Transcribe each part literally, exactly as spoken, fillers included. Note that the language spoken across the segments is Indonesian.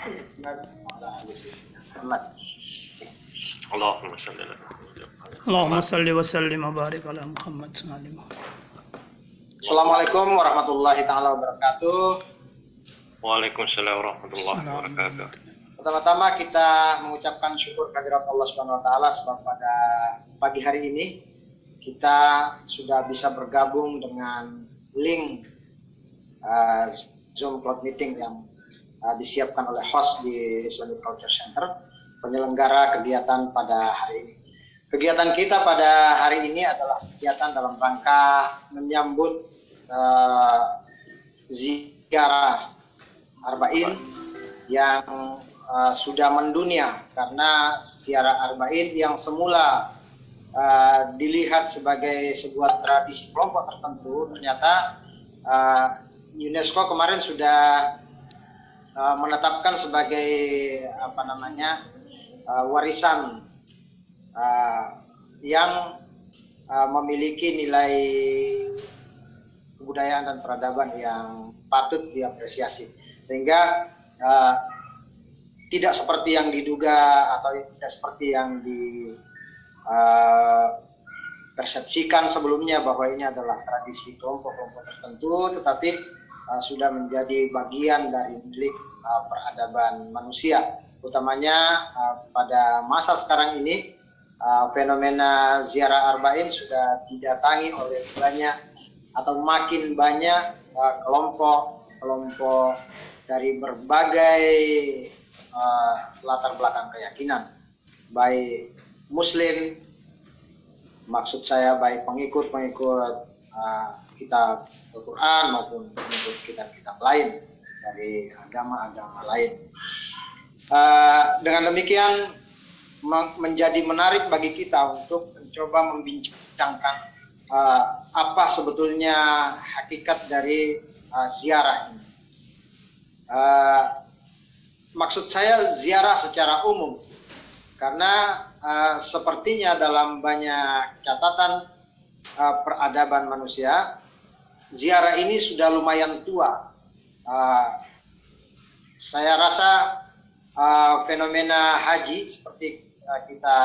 Allahumma salli ala Allahumma salli wa sallim wa barik ala Muhammad. Assalamualaikum warahmatullahi taala wabarakatuh. Waalaikumsalam warahmatullahi wabarakatuh. Pertama-tama kita mengucapkan syukur kehadirat Allah Subhanahu wa taala sebab pada pagi hari ini kita sudah bisa bergabung dengan link uh, Zoom Cloud Meeting yang uh, disiapkan oleh host di Islamic Culture Center, penyelenggara kegiatan pada hari ini. Kegiatan kita pada hari ini adalah kegiatan dalam rangka menyambut uh, ziarah Arba'in yang uh, sudah mendunia, karena ziarah Arba'in yang semula uh, dilihat sebagai sebuah tradisi kelompok tertentu, ternyata uh, UNESCO kemarin sudah uh, menetapkan sebagai apa namanya uh, warisan uh, yang uh, memiliki nilai kebudayaan dan peradaban yang patut diapresiasi, sehingga uh, tidak seperti yang diduga atau tidak seperti yang dipersepsikan uh, sebelumnya bahwa ini adalah tradisi kelompok-kelompok tertentu, tetapi uh, sudah menjadi bagian dari milik uh, peradaban manusia. Utamanya uh, pada masa sekarang ini uh, fenomena ziarah Arba'in sudah didatangi oleh banyak atau makin banyak kelompok-kelompok uh, dari berbagai uh, latar belakang keyakinan, baik Muslim, maksud saya baik pengikut-pengikut uh, kitab Al-Quran maupun pengikut kitab-kitab lain dari agama-agama lain. Uh, dengan demikian menjadi menarik bagi kita untuk mencoba membincangkan Uh, apa sebetulnya hakikat dari uh, ziarah ini. Uh, maksud saya ziarah secara umum, karena uh, sepertinya dalam banyak catatan uh, peradaban manusia, ziarah ini sudah lumayan tua. Uh, saya rasa uh, fenomena haji seperti uh, kita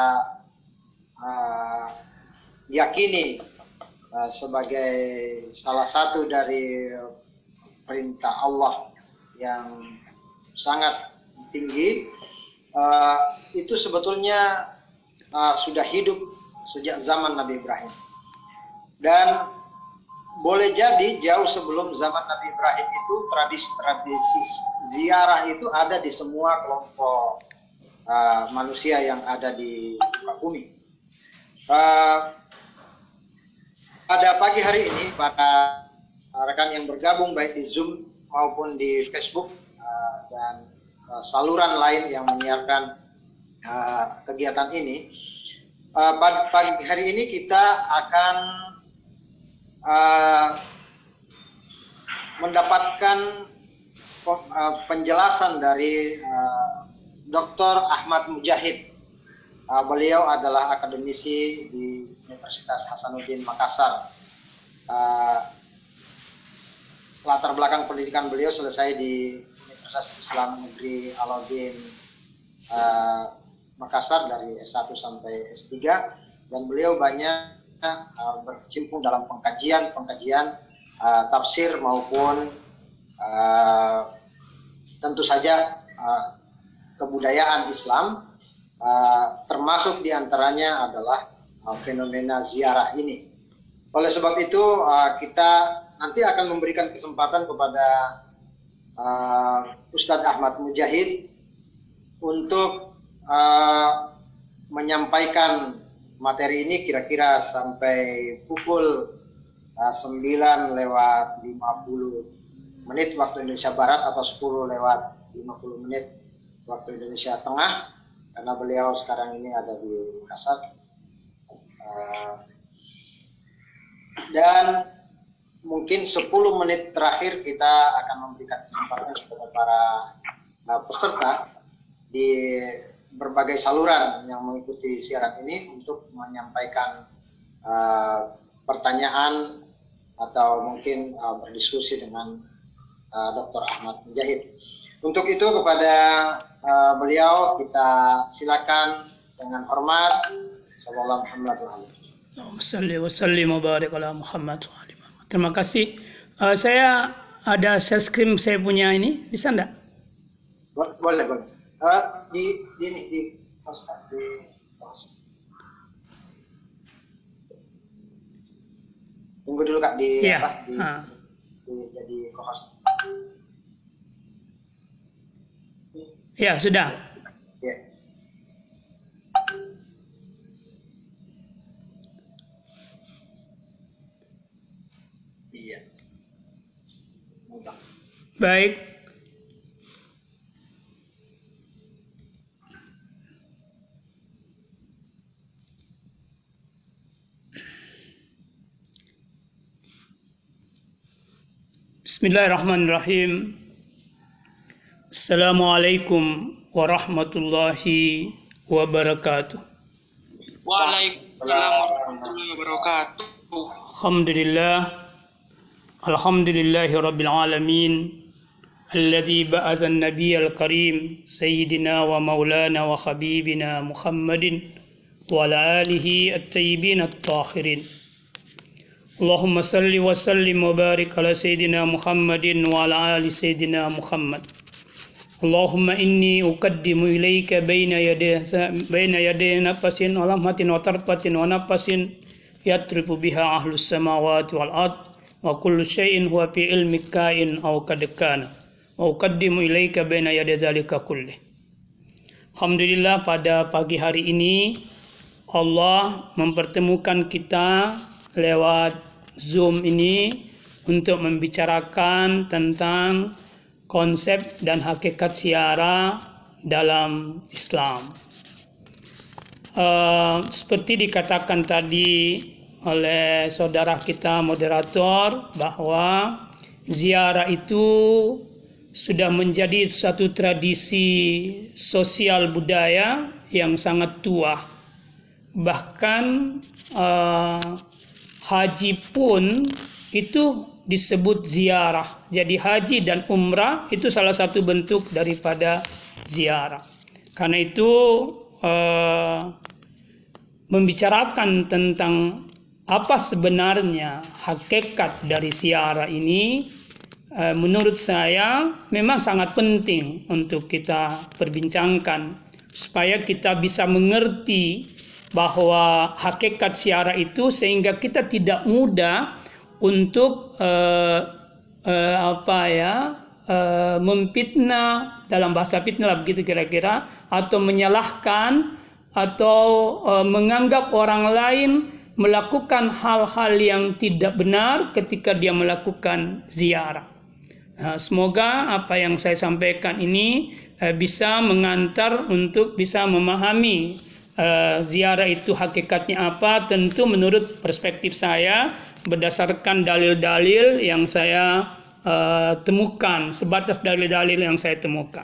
uh, yakini Uh, sebagai salah satu dari perintah Allah yang sangat tinggi, uh, itu sebetulnya uh, sudah hidup sejak zaman Nabi Ibrahim, dan boleh jadi jauh sebelum zaman Nabi Ibrahim itu tradisi-tradisi ziarah itu ada di semua kelompok uh, manusia yang ada di muka bumi. Uh, Pada pagi hari ini, para rekan yang bergabung baik di Zoom maupun di Facebook uh, dan uh, saluran lain yang menyiarkan uh, kegiatan ini, uh, pada pagi hari ini kita akan uh, mendapatkan uh, penjelasan dari uh, Doktor Ahmad Mujahid. Uh, beliau adalah akademisi di Universitas Hasanuddin Makassar. Uh, latar belakang pendidikan beliau selesai di Universitas Islam Negeri Alauddin uh, Makassar dari S satu sampai S tiga, dan beliau banyak uh, berkecimpung dalam pengkajian-pengkajian uh, tafsir maupun uh, tentu saja uh, kebudayaan Islam, uh, termasuk diantaranya adalah uh, fenomena ziarah ini. Oleh sebab itu uh, kita nanti akan memberikan kesempatan kepada uh, Ustadz Ahmad Mujahid untuk uh, menyampaikan materi ini kira-kira sampai pukul uh, sembilan lewat lima puluh menit waktu Indonesia Barat atau sepuluh lewat lima puluh menit waktu Indonesia Tengah, karena beliau sekarang ini ada di Makassar. Uh, dan mungkin sepuluh menit terakhir kita akan memberikan kesempatan kepada para uh, peserta di berbagai saluran yang mengikuti siaran ini untuk menyampaikan uh, pertanyaan atau mungkin uh, berdiskusi dengan uh, Doktor Ahmad Mujahid. Untuk itu kepada uh, beliau kita silakan dengan hormat. Sallallahu Muhammad wa alihi. Allahumma salli wa sallim wa barik ala Muhammad wa ali Muhammad. Terima kasih. Uh, saya ada share screen saya punya ini, bisa enggak? Boleh, boleh. Uh, di, di ini, di, di, tunggu dulu Kak di ya. apa? Di, Ah. di, jadi co-host. Ya, sudah. Ya. Iya. Mudah. Baik. Bismillahirrahmanirrahim. Assalamualaikum warahmatullahi wabarakatuh. Waalaikumsalam warahmatullahi wabarakatuh. Alhamdulillah. Alhamdulillahi rabbil alamin. Alladzi ba'atha an-nabiyyal karim sayyidina wa maulana wa habibina Muhammadin wa ala alihi at-tayyibin at-tahirin. Allahumma salli wa sallim wa barik ala sayyidina Muhammadin wa ala ali sayyidina Muhammad. Allahumma inni uqaddimu ilayka baina yaday baina yaday nafasin wa lamhatin wa tarfatin wa nafasin yatribu biha ahlus samawati wal ard wa kullu syai'in huwa fi ilmi kain aw kad kana wa uqaddimu ilayka baina yaday zalika kulli. Alhamdulillah, pada pagi hari ini Allah mempertemukan kita lewat Zoom ini untuk membicarakan tentang konsep dan hakikat ziarah dalam Islam. Uh, seperti dikatakan tadi oleh saudara kita moderator bahwa ziarah itu sudah menjadi suatu tradisi sosial budaya yang sangat tua. Bahkan uh, haji pun itu disebut ziarah. Jadi haji dan umrah itu salah satu bentuk daripada ziarah. Karena itu uh, membicarakan tentang apa sebenarnya hakikat dari ziarah ini, uh, menurut saya memang sangat penting untuk kita perbincangkan supaya kita bisa mengerti bahwa hakikat ziarah itu, sehingga kita tidak mudah untuk uh, uh, apa ya uh, memfitnah, dalam bahasa fitnah begitu kira-kira, atau menyalahkan atau uh, menganggap orang lain melakukan hal-hal yang tidak benar ketika dia melakukan ziarah. Nah, semoga apa yang saya sampaikan ini uh, bisa mengantar untuk bisa memahami Uh, ziarah itu hakikatnya apa. Tentu menurut perspektif saya berdasarkan dalil-dalil yang saya uh, temukan, sebatas dalil-dalil yang saya temukan.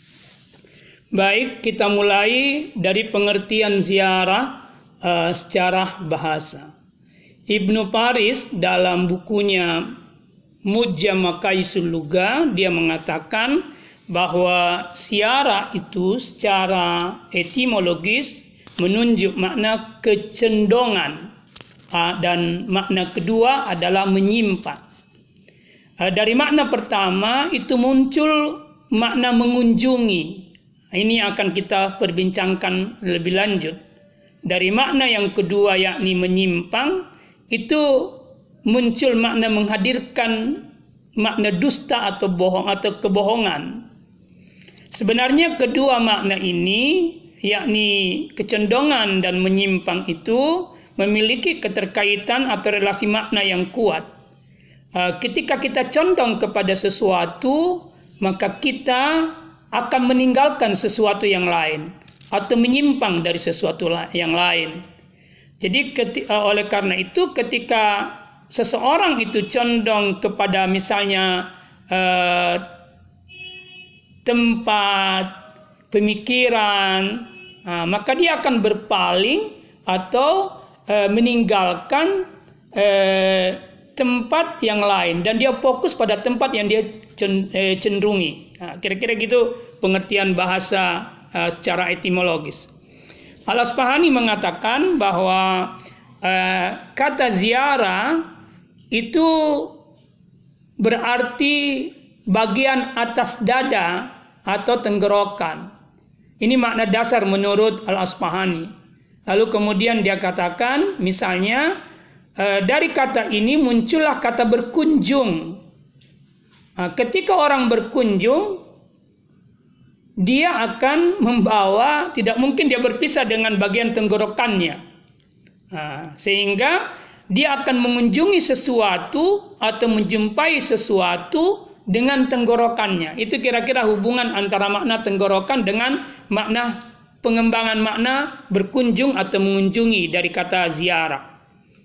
Baik, kita mulai dari pengertian ziarah uh, secara bahasa. Ibnu Faris dalam bukunya Mujam' Qaisul Lugha dia mengatakan bahwa ziarah itu secara etimologis menunjuk makna kecendongan, dan makna kedua adalah menyimpan. Dari makna pertama itu muncul makna mengunjungi. Ini akan kita perbincangkan lebih lanjut. Dari makna yang kedua yakni menyimpang itu muncul makna menghadirkan makna dusta atau bohong atau kebohongan. Sebenarnya kedua makna ini yakni kecondongan dan menyimpang itu memiliki keterkaitan atau relasi makna yang kuat. Ketika kita condong kepada sesuatu, maka kita akan meninggalkan sesuatu yang lain atau menyimpang dari sesuatu yang lain. Jadi oleh karena itu ketika seseorang itu condong kepada misalnya eh, tempat pemikiran, nah, maka dia akan berpaling atau e, meninggalkan e, tempat yang lain dan dia fokus pada tempat yang dia cenderungi. Nah, kira-kira gitu pengertian bahasa uh, secara etimologis. Al-Asbahani mengatakan bahwa uh, kata ziarah itu berarti bagian atas dada atau tenggorokan. Ini makna dasar menurut Al-Asbahani. Lalu kemudian dia katakan, misalnya uh, dari kata ini muncullah kata berkunjung. Nah, ketika orang berkunjung, dia akan membawa, tidak mungkin dia berpisah dengan bagian tenggorokannya. Nah, sehingga dia akan mengunjungi sesuatu atau menjumpai sesuatu dengan tenggorokannya. Itu kira-kira hubungan antara makna tenggorokan dengan makna pengembangan makna berkunjung atau mengunjungi dari kata ziarah.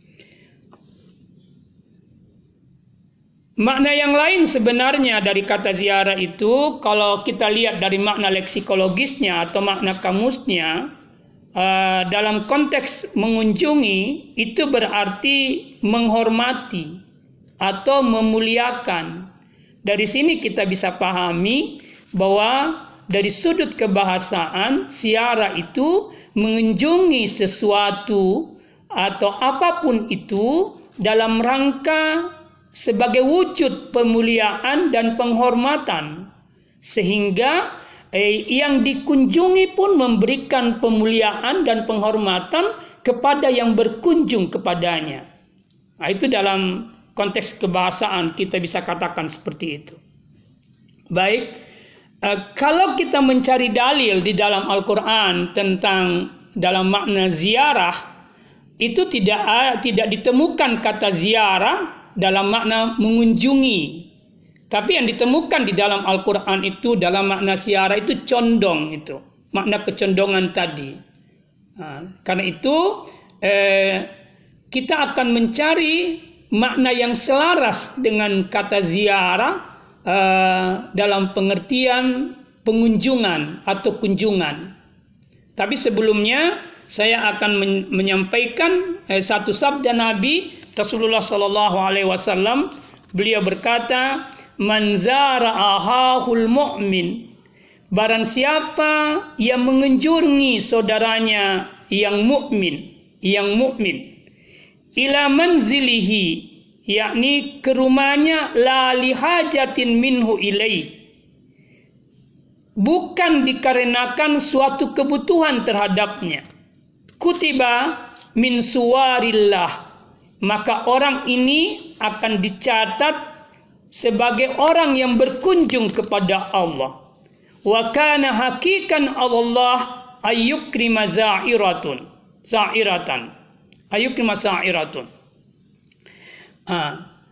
Makna yang lain sebenarnya dari kata ziarah itu, kalau kita lihat dari makna leksikologisnya atau makna kamusnya, uh, dalam konteks mengunjungi itu berarti menghormati atau memuliakan. Dari sini kita bisa pahami bahwa dari sudut kebahasaan, ziarah itu mengunjungi sesuatu atau apapun itu dalam rangka sebagai wujud pemuliaan dan penghormatan, sehingga eh, yang dikunjungi pun memberikan pemuliaan dan penghormatan kepada yang berkunjung kepadanya. Nah, itu dalam konteks kebahasaan kita bisa katakan seperti itu. Baik, eh, kalau kita mencari dalil di dalam Al-Quran tentang dalam makna ziarah, itu tidak tidak ditemukan kata ziarah dalam makna mengunjungi. Tapi yang ditemukan di dalam Al-Quran itu dalam makna ziarah itu condong, itu makna kecondongan tadi. Nah, karena itu eh, kita akan mencari makna yang selaras dengan kata ziarah eh, dalam pengertian pengunjungan atau kunjungan. Tapi sebelumnya saya akan men- menyampaikan eh, satu sabda Nabi Rasulullah Sallallahu Alaihi Wasallam. Beliau berkata, "Man zara ahahul mu'min." Barang siapa yang mengunjungi saudaranya yang mukmin, yang mukmin, ila manzilihi, yakni ke rumahnya, la lihajatin minhu ilaih, bukan dikarenakan suatu kebutuhan terhadapnya, kutiba min suwarillah, maka orang ini akan dicatat sebagai orang yang berkunjung kepada Allah. Wa kana hakikan Allah ayyukrima za'iratun za'iratan ayyukrima za'iratun. Ah.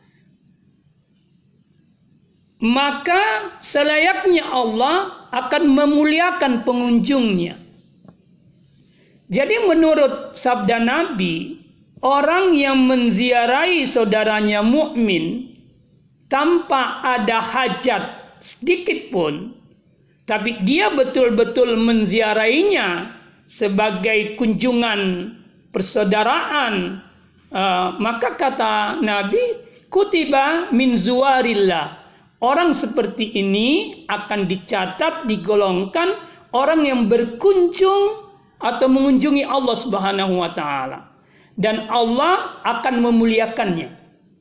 Maka selayaknya Allah akan memuliakan pengunjungnya. Jadi menurut sabda Nabi, orang yang menziarahi saudaranya mukmin tanpa ada hajat sedikit pun, tapi dia betul-betul menziarahinya sebagai kunjungan persaudaraan, uh, maka kata Nabi, kutiba min zuwarillah, orang seperti ini akan dicatat, digolongkan orang yang berkunjung atau mengunjungi Allah Subhanahu wa taala, dan Allah akan memuliakannya.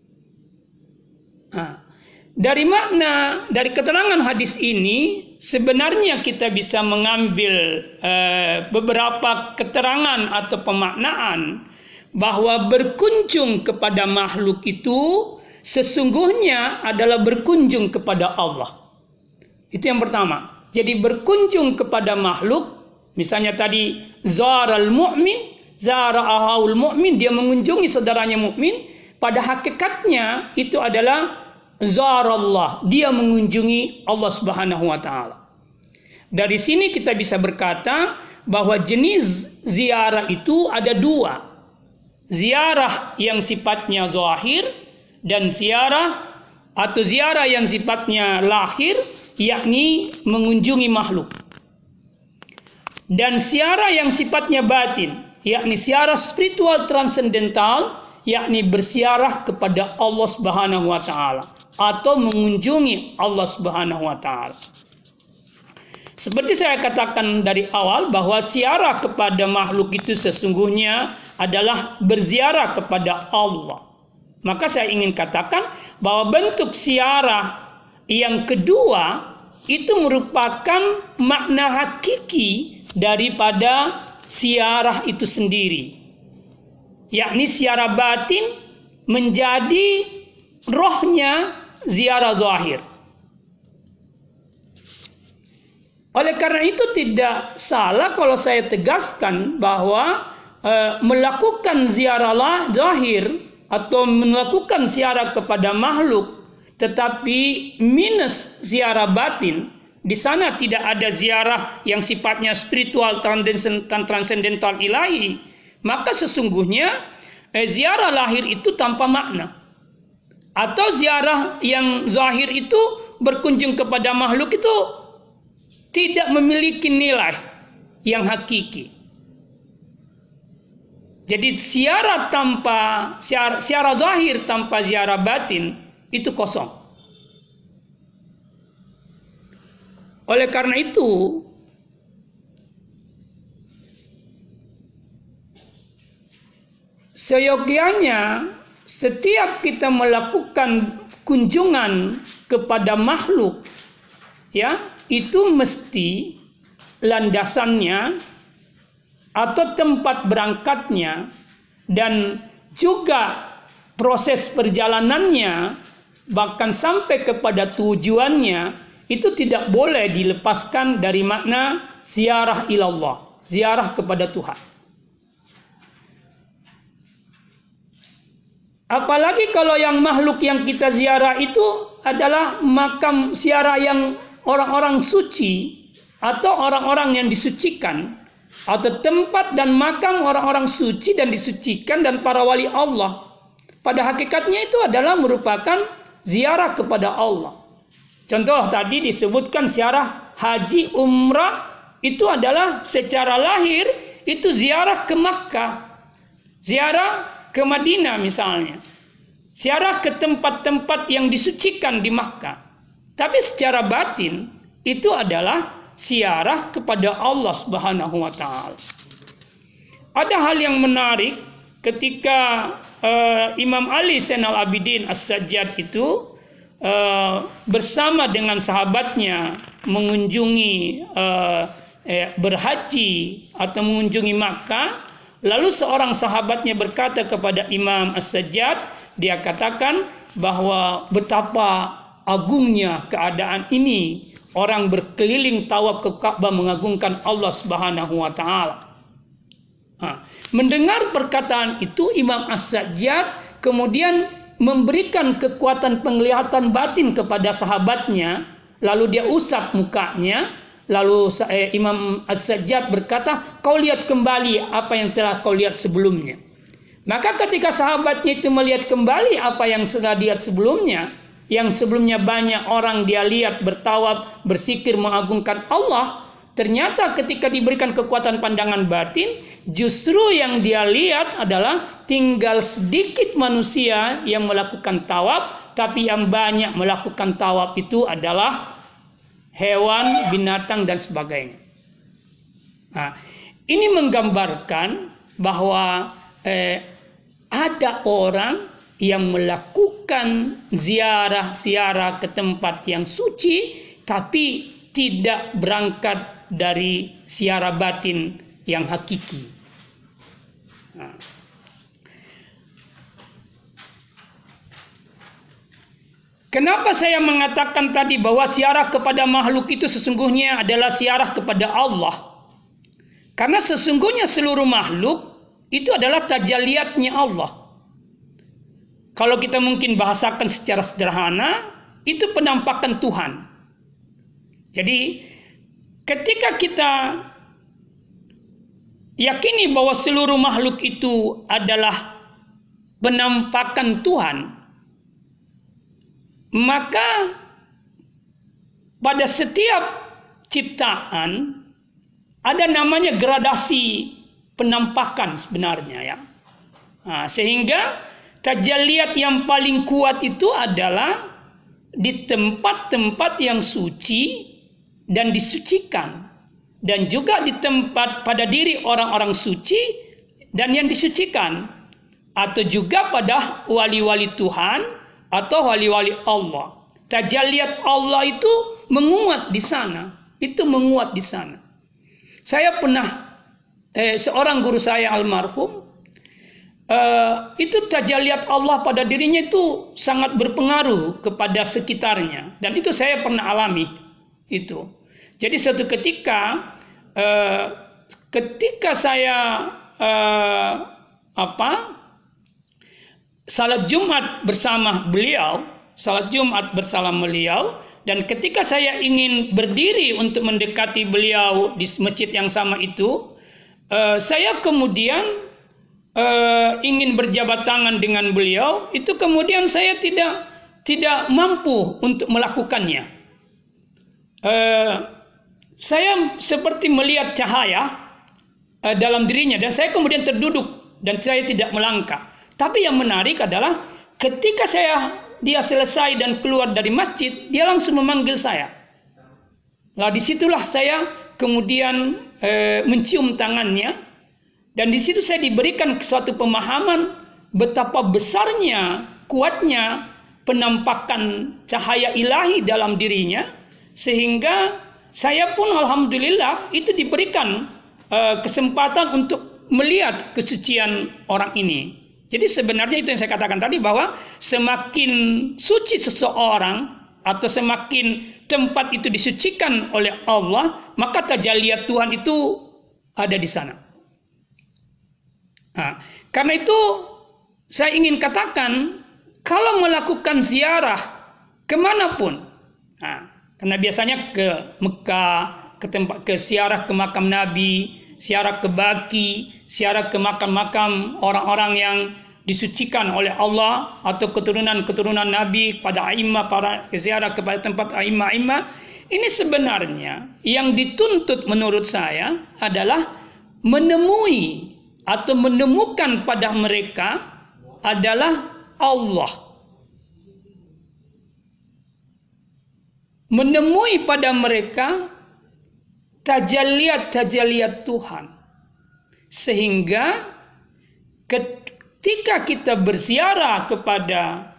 Nah, dari makna, dari keterangan hadis ini sebenarnya kita bisa mengambil eh, beberapa keterangan atau pemaknaan bahwa berkunjung kepada makhluk itu sesungguhnya adalah berkunjung kepada Allah. Itu yang pertama. Jadi berkunjung kepada makhluk, misalnya tadi zaral mu'min, zara ahaul mu'min, dia mengunjungi saudaranya mukmin, pada hakikatnya itu adalah zarallah, dia mengunjungi Allah Subhanahu wa taala. Dari sini kita bisa berkata bahwa jenis ziarah itu ada dua. Ziarah yang sifatnya zahir dan ziarah atau ziarah yang sifatnya lahir, yakni mengunjungi makhluk. Dan ziarah yang sifatnya batin, yakni ziarah spiritual transendental, yakni berziarah kepada Allah Subhanahu wa taala atau mengunjungi Allah Subhanahu wa taala. Seperti saya katakan dari awal bahwa ziarah kepada makhluk itu sesungguhnya adalah berziarah kepada Allah. Maka saya ingin katakan bahwa bentuk ziarah yang kedua itu merupakan makna hakiki daripada ziarah itu sendiri. Yakni ziarah batin menjadi rohnya ziarah zahir. Oleh karena itu tidak salah kalau saya tegaskan bahwa e, melakukan ziarah zahir atau melakukan ziarah kepada makhluk tetapi minus ziarah batin, di sana tidak ada ziarah yang sifatnya spiritual, transendental, ilahi, maka sesungguhnya eh, ziarah lahir itu tanpa makna. Atau ziarah yang zahir itu berkunjung kepada makhluk itu tidak memiliki nilai yang hakiki. Jadi ziarah tanpa ziarah, ziarah zahir tanpa ziarah batin itu kosong. Oleh karena itu seyogianya setiap kita melakukan kunjungan kepada makhluk, ya, itu mesti landasannya atau tempat berangkatnya dan juga proses perjalanannya bahkan sampai kepada tujuannya itu tidak boleh dilepaskan dari makna ziarah ilallah, ziarah kepada Tuhan. Apalagi kalau yang makhluk yang kita ziarah itu adalah makam ziarah yang orang-orang suci atau orang-orang yang disucikan, atau tempat dan makam orang-orang suci dan disucikan dan para wali Allah. Pada hakikatnya itu adalah merupakan ziarah kepada Allah. Contoh tadi disebutkan ziarah haji umrah itu adalah secara lahir itu ziarah ke Makkah, ziarah ke Madinah misalnya, ziarah ke tempat-tempat yang disucikan di Makkah. Tapi secara batin itu adalah ziarah kepada Allah Subhanahu wa taala. Ada hal yang menarik ketika uh, Imam Ali Zainal Abidin As-Sajjad itu uh, bersama dengan sahabatnya mengunjungi uh, eh, berhaji atau mengunjungi Makkah. Lalu seorang sahabatnya berkata kepada Imam As-Sajjad, dia katakan bahwa betapa agungnya keadaan ini, orang berkeliling tawaf ke Ka'bah mengagungkan Allah Subhanahu wa taala. Nah, mendengar perkataan itu Imam As-Sajjad kemudian memberikan kekuatan penglihatan batin kepada sahabatnya, lalu dia usap mukanya. Lalu eh, Imam As-Sajjad berkata, kau lihat kembali apa yang telah kau lihat sebelumnya. Maka ketika sahabatnya itu melihat kembali apa yang sudah lihat sebelumnya, yang sebelumnya banyak orang dia lihat bertawaf, bersikir, mengagungkan Allah, ternyata ketika diberikan kekuatan pandangan batin, justru yang dia lihat adalah tinggal sedikit manusia yang melakukan tawaf, tapi yang banyak melakukan tawaf itu adalah hewan, binatang, dan sebagainya. Nah, ini menggambarkan bahwa eh, ada orang yang melakukan ziarah-ziarah ke tempat yang suci, tapi tidak berangkat dari ziarah batin yang hakiki. Nah. Kenapa saya mengatakan tadi bahwa ziarah kepada makhluk itu sesungguhnya adalah ziarah kepada Allah? Karena sesungguhnya seluruh makhluk itu adalah tajalliyatnya Allah. Kalau kita mungkin bahasakan secara sederhana, itu penampakan Tuhan. Jadi ketika kita yakini bahwa seluruh makhluk itu adalah penampakan Tuhan, maka pada setiap ciptaan ada namanya gradasi penampakan sebenarnya, ya. Nah, sehingga tajalliyat yang paling kuat itu adalah di tempat-tempat yang suci dan disucikan, dan juga di tempat pada diri orang-orang suci dan yang disucikan, atau juga pada wali-wali Tuhan atau wali-wali Allah. Tajalliat Allah itu menguat di sana, itu menguat di sana. Saya pernah eh, seorang guru saya almarhum, eh, itu tajalliat Allah pada dirinya itu sangat berpengaruh kepada sekitarnya, dan itu saya pernah alami itu. Jadi suatu ketika, eh, ketika saya eh, apa salat Jumat bersama beliau, salat Jumat bersama beliau, dan ketika saya ingin berdiri untuk mendekati beliau di masjid yang sama itu, eh, saya kemudian eh, ingin berjabat tangan dengan beliau, itu kemudian saya tidak tidak mampu untuk melakukannya. Eh, Saya seperti melihat cahaya uh, dalam dirinya, dan saya kemudian terduduk dan saya tidak melangkah. Tapi yang menarik adalah ketika saya dia selesai dan keluar dari masjid, dia langsung memanggil saya. Lah disitulah saya kemudian uh, mencium tangannya, dan di situ saya diberikan suatu pemahaman betapa besarnya, kuatnya penampakan cahaya ilahi dalam dirinya, sehingga saya pun alhamdulillah itu diberikan uh, kesempatan untuk melihat kesucian orang ini. Jadi sebenarnya itu yang saya katakan tadi, bahwa semakin suci seseorang atau semakin tempat itu disucikan oleh Allah, maka tajalliat Tuhan itu ada di sana. Nah, karena itu saya ingin katakan, kalau melakukan ziarah kemanapun, nah, karena biasanya ke Mekah, ke tempat ke ziarah ke makam Nabi, ziarah ke Baki, ziarah ke makam-makam orang-orang yang disucikan oleh Allah atau keturunan-keturunan Nabi, pada a'immah, para ziarah kepada tempat a'immah-a'immah. Ini sebenarnya yang dituntut menurut saya adalah menemui atau menemukan pada mereka adalah Allah. Menemui pada mereka tajalliat-tajalliat Tuhan, sehingga ketika kita berziarah kepada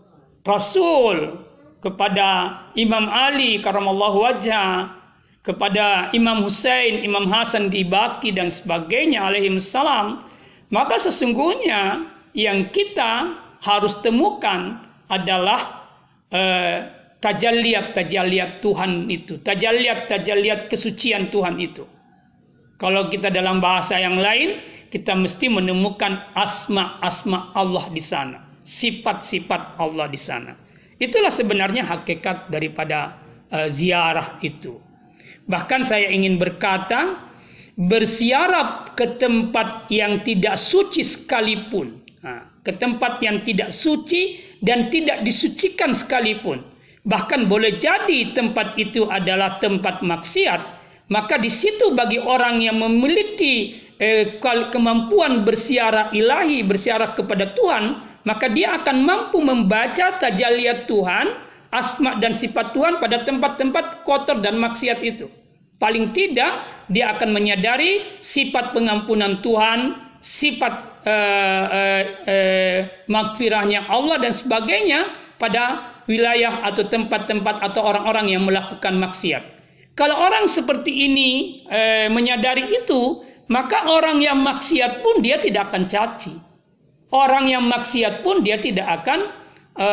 Rasul, kepada Imam Ali karamallahu wajhah, kepada Imam Husain, Imam Hasan di Baki dan sebagainya alaihissalam, maka sesungguhnya yang kita harus temukan adalah eh, tajalliat-tajalliat Tuhan itu, tajalliat-tajalliat kesucian Tuhan itu. Kalau kita dalam bahasa yang lain, kita mesti menemukan asma-asma Allah di sana, sifat-sifat Allah di sana. Itulah sebenarnya hakikat daripada uh, ziarah itu. Bahkan saya ingin berkata, berziarah ke tempat yang tidak suci sekalipun, nah, ke tempat yang tidak suci dan tidak disucikan sekalipun, bahkan boleh jadi tempat itu adalah tempat maksiat, maka di situ bagi orang yang memiliki eh, kemampuan bersiarah ilahi, bersiarah kepada Tuhan, maka dia akan mampu membaca tajalliat Tuhan, asma dan sifat Tuhan pada tempat-tempat kotor dan maksiat itu. Paling tidak dia akan menyadari sifat pengampunan Tuhan, sifat eh, eh, eh, magfirahnya Allah dan sebagainya pada wilayah atau tempat-tempat atau orang-orang yang melakukan maksiat. Kalau orang seperti ini e, menyadari itu, maka orang yang maksiat pun dia tidak akan caci. Orang yang maksiat pun dia tidak akan e,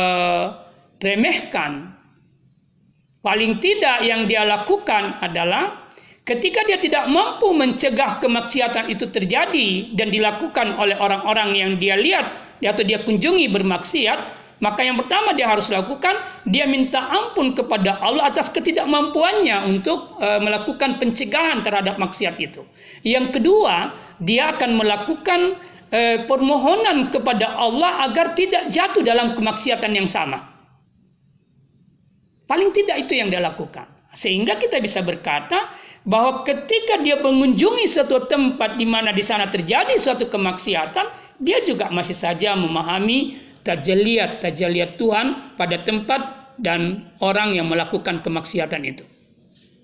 remehkan. Paling tidak yang dia lakukan adalah ketika dia tidak mampu mencegah kemaksiatan itu terjadi dan dilakukan oleh orang-orang yang dia lihat atau dia kunjungi bermaksiat, maka yang pertama dia harus lakukan, dia minta ampun kepada Allah atas ketidakmampuannya untuk e, melakukan pencegahan terhadap maksiat itu. Yang kedua, dia akan melakukan e, permohonan kepada Allah agar tidak jatuh dalam kemaksiatan yang sama. Paling tidak itu yang dia lakukan. Sehingga kita bisa berkata bahwa ketika dia mengunjungi suatu tempat di mana di sana terjadi suatu kemaksiatan, dia juga masih saja memahami tajalliat-tajalliat Tuhan pada tempat dan orang yang melakukan kemaksiatan itu.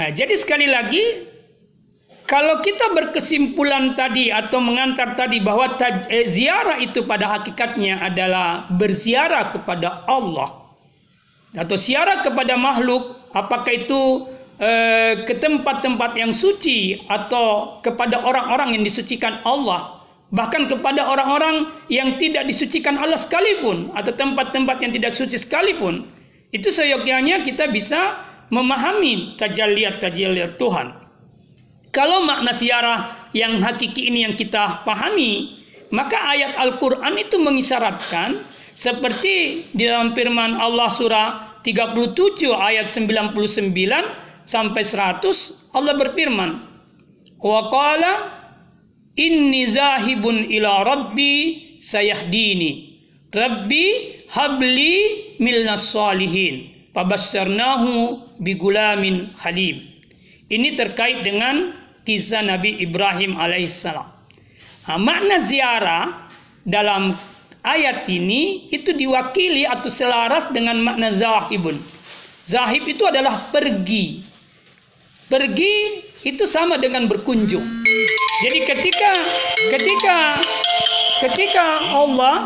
Nah, jadi sekali lagi, kalau kita berkesimpulan tadi atau mengantar tadi bahwa taj- eh, ziarah itu pada hakikatnya adalah berziarah kepada Allah atau ziarah kepada makhluk, apakah itu eh, ke tempat-tempat yang suci atau kepada orang-orang yang disucikan Allah, bahkan kepada orang-orang yang tidak disucikan Allah sekalipun atau tempat-tempat yang tidak suci sekalipun, itu seyogyanya kita bisa memahami tajalliat-tajalliat Tuhan. Kalau makna ziarah yang hakiki ini yang kita pahami, maka ayat Al-Quran itu mengisyaratkan seperti di dalam firman Allah surah tiga puluh tujuh ayat sembilan puluh sembilan sampai seratus, Allah berfirman, wa qala inni zahibun ila rabbi sayahdini rabbi habli minas salihin fabasyarnahu bigulamin halim. Ini terkait dengan kisah Nabi Ibrahim alaihissalam. Nah, makna ziarah dalam ayat ini itu diwakili atau selaras dengan makna zahibun. Zahib itu adalah pergi. Pergi itu sama dengan berkunjung. Jadi ketika ketika ketika Allah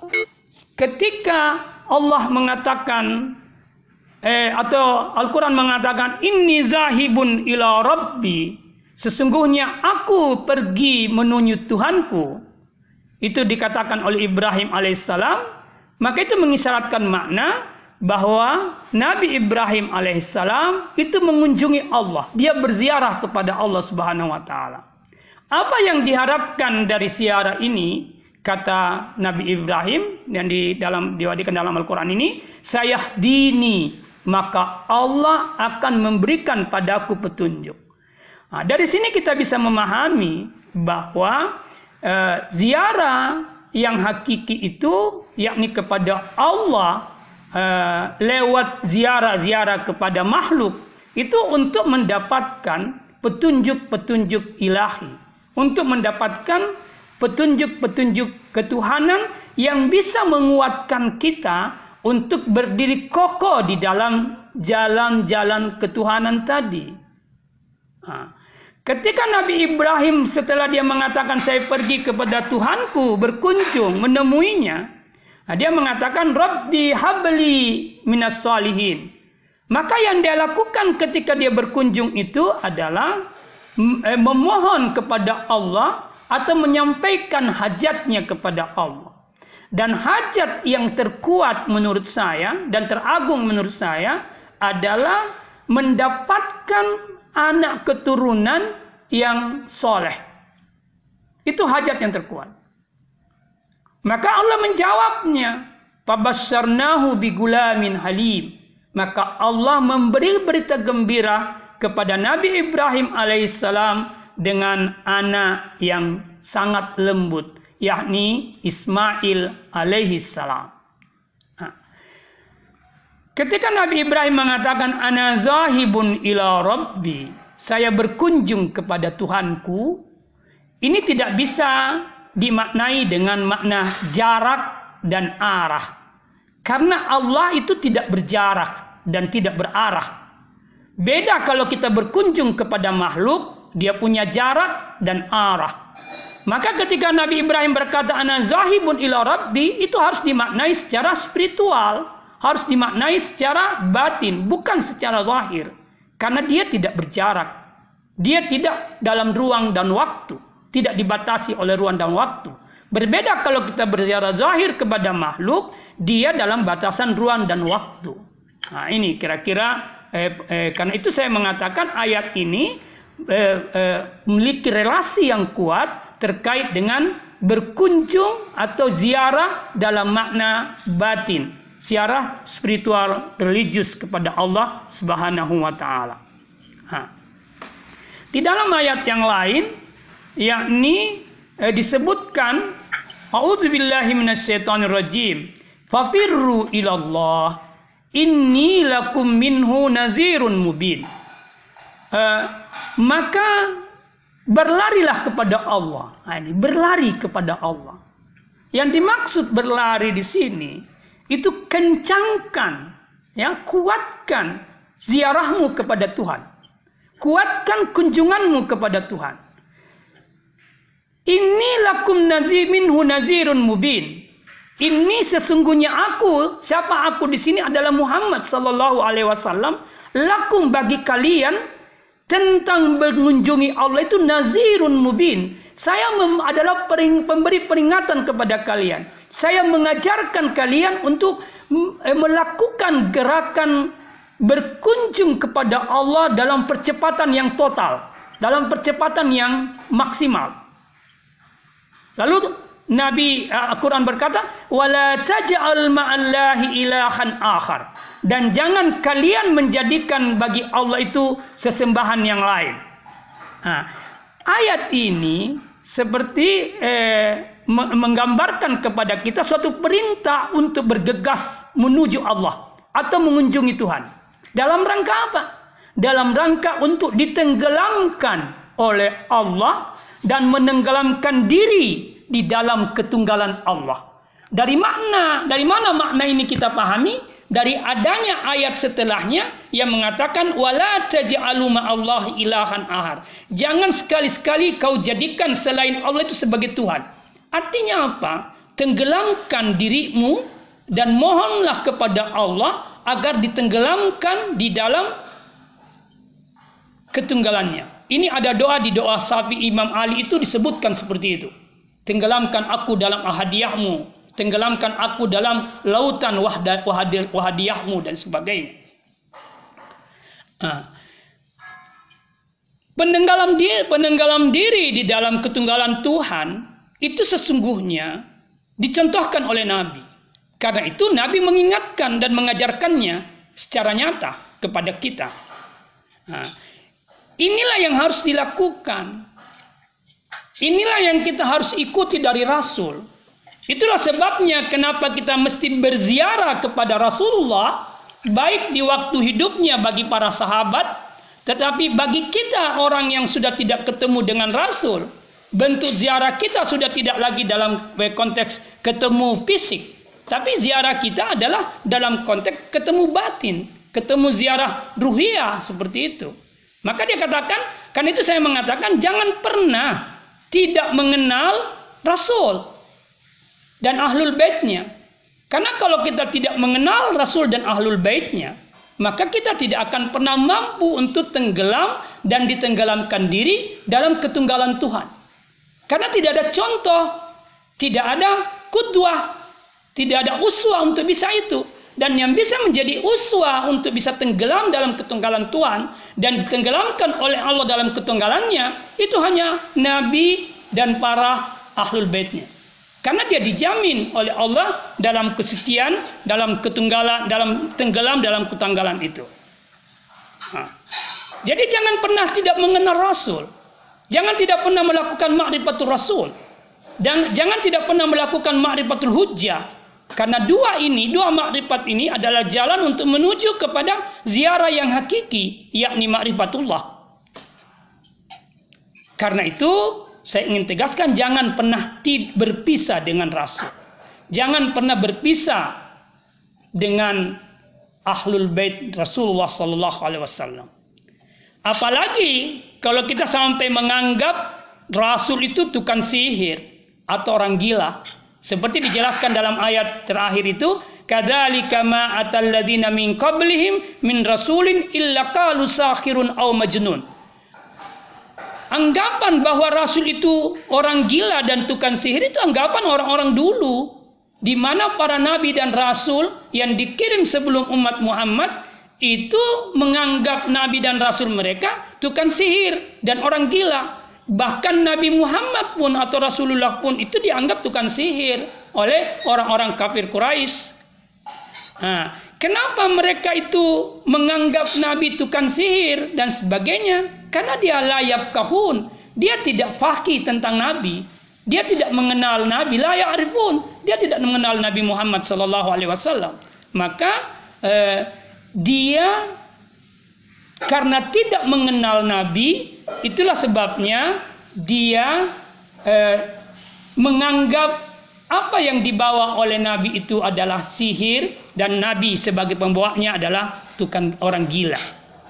ketika Allah mengatakan Eh, atau Al-Quran mengatakan inni zahibun ila rabbi, sesungguhnya aku pergi menuju Tuhanku, itu dikatakan oleh Ibrahim alaihissalam, maka itu mengisyaratkan makna bahwa Nabi Ibrahim alaihissalam itu mengunjungi Allah, dia berziarah kepada Allah subhanahu wa ta'ala. Apa yang diharapkan dari ziarah ini, kata Nabi Ibrahim yang di dalam diwadikan dalam Al-Quran ini, sayahdini, maka Allah akan memberikan padaku petunjuk. Nah, dari sini kita bisa memahami bahwa eh, ziarah yang hakiki itu yakni kepada Allah eh, lewat ziarah-ziarah kepada makhluk itu untuk mendapatkan petunjuk-petunjuk ilahi, untuk mendapatkan petunjuk-petunjuk ketuhanan yang bisa menguatkan kita untuk berdiri kokoh di dalam jalan-jalan ketuhanan tadi. Nah, ketika Nabi Ibrahim setelah dia mengatakan saya pergi kepada Tuhanku, berkunjung, menemuinya, nah, dia mengatakan Rabbi habli minas salihin. Maka yang dia lakukan ketika dia berkunjung itu adalah memohon kepada Allah atau menyampaikan hajatnya kepada Allah. Dan hajat yang terkuat menurut saya dan teragung menurut saya adalah mendapatkan anak keturunan yang soleh. Itu hajat yang terkuat. Maka Allah menjawabnya, fabasyarnahu bigulamin halim. Maka Allah memberi berita gembira kepada Nabi Ibrahim alaihissalam dengan anak yang sangat lembut, yakni Ismail alaihi salam. Ketika Nabi Ibrahim mengatakan ana zahibun ila rabbi, saya berkunjung kepada Tuhanku, ini tidak bisa dimaknai dengan makna jarak dan arah. Karena Allah itu tidak berjarak dan tidak berarah. Beda kalau kita berkunjung kepada makhluk, dia punya jarak dan arah. Maka ketika Nabi Ibrahim berkata ana zahibun ila rabbi, itu harus dimaknai secara spiritual, harus dimaknai secara batin, bukan secara zahir. Karena dia tidak berjarak. Dia tidak dalam ruang dan waktu, tidak dibatasi oleh ruang dan waktu. Berbeda kalau kita berziarah zahir kepada makhluk, dia dalam batasan ruang dan waktu. Nah, ini kira-kira eh, eh, karena itu saya mengatakan ayat ini eh, eh, memiliki relasi yang kuat terkait dengan berkunjung atau ziarah dalam makna batin, ziarah spiritual religius kepada Allah Subhanahu wa taala. Di dalam ayat yang lain yakni eh, disebutkan a'udzubillahi minasyaitonirrajim fafirru ilallah inni lakum minhu nazirun mubin. Eh, maka berlarilah kepada Allah. Nah, ini berlari kepada Allah. Yang dimaksud berlari di sini itu kencangkan, ya, kuatkan ziarahmu kepada Tuhan. kuatkan kunjunganmu kepada Tuhan. Inni lakum nazir minhu nazirun mubin. Ini sesungguhnya aku, siapa aku di sini adalah Muhammad sallallahu alaihi wasallam, lakum bagi kalian tentang mengunjungi Allah itu nazirun mubin. Saya mem- adalah pering- pemberi peringatan kepada kalian. Saya mengajarkan kalian untuk m- melakukan gerakan berkunjung kepada Allah dalam percepatan yang total, dalam percepatan yang maksimal. Lalu Nabi Al-Quran berkata, wala taj'al ma'allahi ilahan akhar. Dan jangan kalian menjadikan bagi Allah itu sesembahan yang lain. Nah, ayat ini seperti eh, menggambarkan kepada kita suatu perintah untuk bergegas menuju Allah atau mengunjungi Tuhan. Dalam rangka apa? Dalam rangka untuk ditenggelamkan oleh Allah dan menenggelamkan diri di dalam ketunggalan Allah. Dari makna, dari mana makna ini kita pahami? Dari adanya ayat setelahnya yang mengatakan wala taj'alu ma'allahi ilahan ahar. Jangan sekali-sekali kau jadikan selain Allah itu sebagai Tuhan. Artinya apa? Tenggelamkan dirimu dan mohonlah kepada Allah agar ditenggelamkan di dalam ketunggalannya. Ini ada doa di doa Syafi Imam Ali itu disebutkan seperti itu. Tenggelamkan aku dalam ahadiyahmu, tenggelamkan aku dalam lautan wahda, wahadi, wahadiyahmu dan sebagainya. Nah, penenggelam diri, penenggelam diri di dalam ketunggalan Tuhan itu sesungguhnya dicontohkan oleh Nabi. Karena itu Nabi mengingatkan dan mengajarkannya secara nyata kepada kita. Nah, inilah yang harus dilakukan. Inilah yang kita harus ikuti dari Rasul. Itulah sebabnya kenapa kita mesti berziarah kepada Rasulullah, baik di waktu hidupnya bagi para sahabat, tetapi bagi kita orang yang sudah tidak ketemu dengan Rasul, bentuk ziarah kita sudah tidak lagi dalam konteks ketemu fisik, tapi ziarah kita adalah dalam konteks ketemu batin, ketemu ziarah ruhiyah seperti itu. Maka dia katakan, kan itu saya mengatakan jangan pernah tidak mengenal Rasul dan Ahlul Baitnya. Karena kalau kita tidak mengenal Rasul dan Ahlul Baitnya, maka kita tidak akan pernah mampu untuk tenggelam dan ditenggelamkan diri dalam ketunggalan Tuhan. Karena tidak ada contoh, tidak ada qudwah, tidak ada uswah untuk bisa itu. Dan yang bisa menjadi uswah untuk bisa tenggelam dalam ketunggalan Tuhan dan ditenggelamkan oleh Allah dalam ketunggalannya, itu hanya Nabi dan para Ahlul Baitnya. Karena dia dijamin oleh Allah dalam kesucian, dalam ketunggalan, dalam tenggelam dalam ketunggalan itu. Nah, jadi jangan pernah tidak mengenal Rasul. Jangan tidak pernah melakukan ma'rifatul Rasul. Dan jangan tidak pernah melakukan ma'rifatul hujjah. Karena dua ini, dua makrifat ini adalah jalan untuk menuju kepada ziarah yang hakiki, yakni ma'rifatullah. Karena itu, saya ingin tegaskan jangan pernah berpisah dengan Rasul. Jangan pernah berpisah dengan Ahlul Bait Rasulullah sallallahu alaihi wasallam. Apalagi kalau kita sampai menganggap Rasul itu tukang sihir atau orang gila. Seperti dijelaskan dalam ayat terakhir itu, kadzalika ma atal ladzina min qablihim min rasulin illa qalu sahirun aw majnun. Anggapan bahwa Rasul itu orang gila dan tukang sihir itu anggapan orang-orang dulu, di mana para nabi dan rasul yang dikirim sebelum umat Muhammad itu menganggap nabi dan rasul mereka tukang sihir dan orang gila. Bahkan Nabi Muhammad pun atau Rasulullah pun itu dianggap tukang sihir oleh orang-orang kafir Quraisy. Nah, kenapa mereka itu menganggap Nabi tukang sihir dan sebagainya? Karena dia layab kahun. Dia tidak faqih tentang Nabi. Dia tidak mengenal Nabi. Layak arifun. Dia tidak mengenal Nabi Muhammad sallallahu alaihi wasallam. Maka eh, dia karena tidak mengenal Nabi, itulah sebabnya dia eh, menganggap apa yang dibawa oleh Nabi itu adalah sihir dan Nabi sebagai pembawanya adalah tukang orang gila.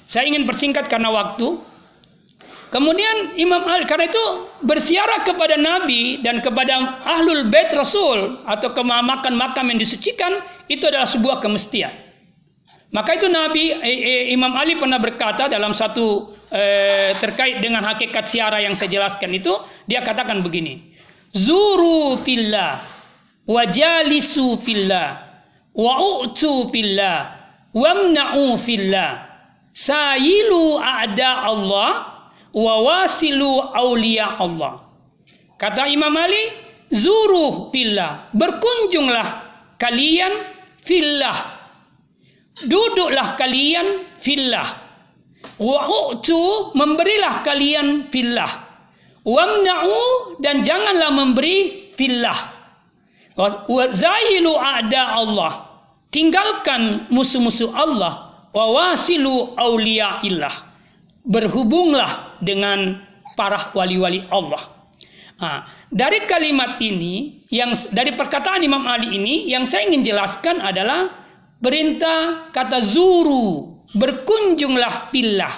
Saya ingin persingkat karena waktu. Kemudian Imam Ali karena itu bersiarah kepada Nabi dan kepada Ahlul Bait Rasul atau ke makam-makam yang disucikan, itu adalah sebuah kemestian. Maka itu Nabi eh, eh, Imam Ali pernah berkata dalam satu eh, terkait dengan hakikat ziarah yang saya jelaskan itu, dia katakan begini: Zuru fillah wa jalisu fillah wa u'tu fillah wamna'u fillah sayilu a'da Allah wa wasilu awliya Allah. Kata Imam Ali, zuru fillah, berkunjunglah kalian fillah, duduklah kalian fillah, wa u'tu, memberilah kalian fillah, wamna'u, dan janganlah memberi fillah, wa zayilu a'da Allah, tinggalkan musuh-musuh Allah, wa wasilu awliya illah, berhubunglah dengan para wali-wali Allah. Nah, dari kalimat ini, yang dari perkataan Imam Ali ini, yang saya ingin jelaskan adalah perintah kata zuru, berkunjunglah pillah.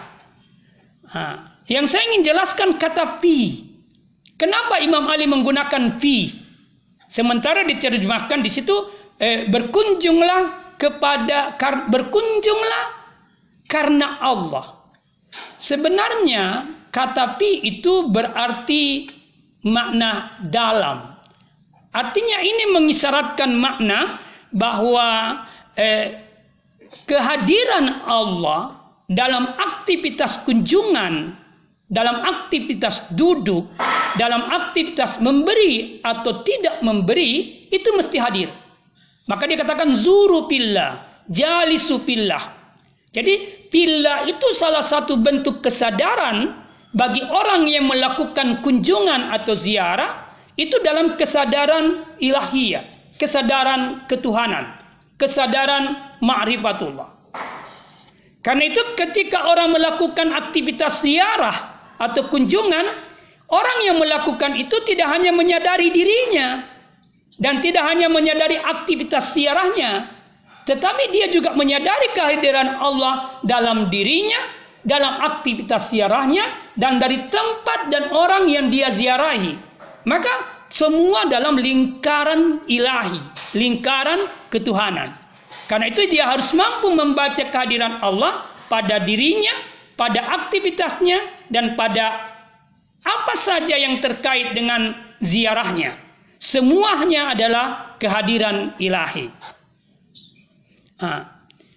Nah, yang saya ingin jelaskan kata pi. Kenapa Imam Ali menggunakan pi? Sementara diterjemahkan di situ eh, berkunjunglah kepada kar, berkunjunglah karena Allah. Sebenarnya kata pi itu berarti makna dalam. Artinya ini mengisyaratkan makna bahwa eh, kehadiran Allah dalam aktivitas kunjungan, dalam aktivitas duduk, dalam aktivitas memberi atau tidak memberi, itu mesti hadir. Maka dia katakan zuru pillah, jalisu pillah. Jadi pillah itu salah satu bentuk kesadaran bagi orang yang melakukan kunjungan atau ziarah, itu dalam kesadaran ilahiyah, kesadaran ketuhanan, kesadaran ma'rifatullah. Karena itu ketika orang melakukan aktivitas ziarah atau kunjungan, orang yang melakukan itu tidak hanya menyadari dirinya dan tidak hanya menyadari aktivitas ziarahnya, tetapi dia juga menyadari kehadiran Allah dalam dirinya, dalam aktivitas ziarahnya, dan dari tempat dan orang yang dia ziarahi. Maka semua dalam lingkaran ilahi, lingkaran ketuhanan. Karena itu dia harus mampu membaca kehadiran Allah pada dirinya, pada aktivitasnya, dan pada apa saja yang terkait dengan ziarahnya. Semuanya adalah kehadiran ilahi. Nah,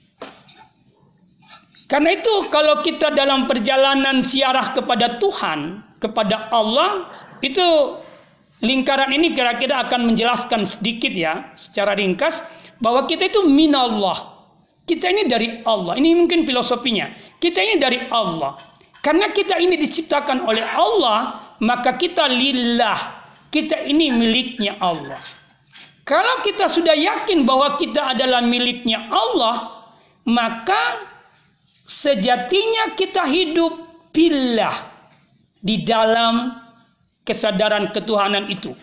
karena itu kalau kita dalam perjalanan ziarah kepada Tuhan, kepada Allah, itu lingkaran ini kira-kira akan menjelaskan sedikit ya, secara ringkas, bahwa kita itu minallah. Kita ini dari Allah. Ini mungkin filosofinya. Kita ini dari Allah. Karena kita ini diciptakan oleh Allah, maka kita lillah. Kita ini miliknya Allah. Kalau kita sudah yakin bahwa kita adalah miliknya Allah, maka sejatinya kita hidup billah di dalam kesadaran ketuhanan itu.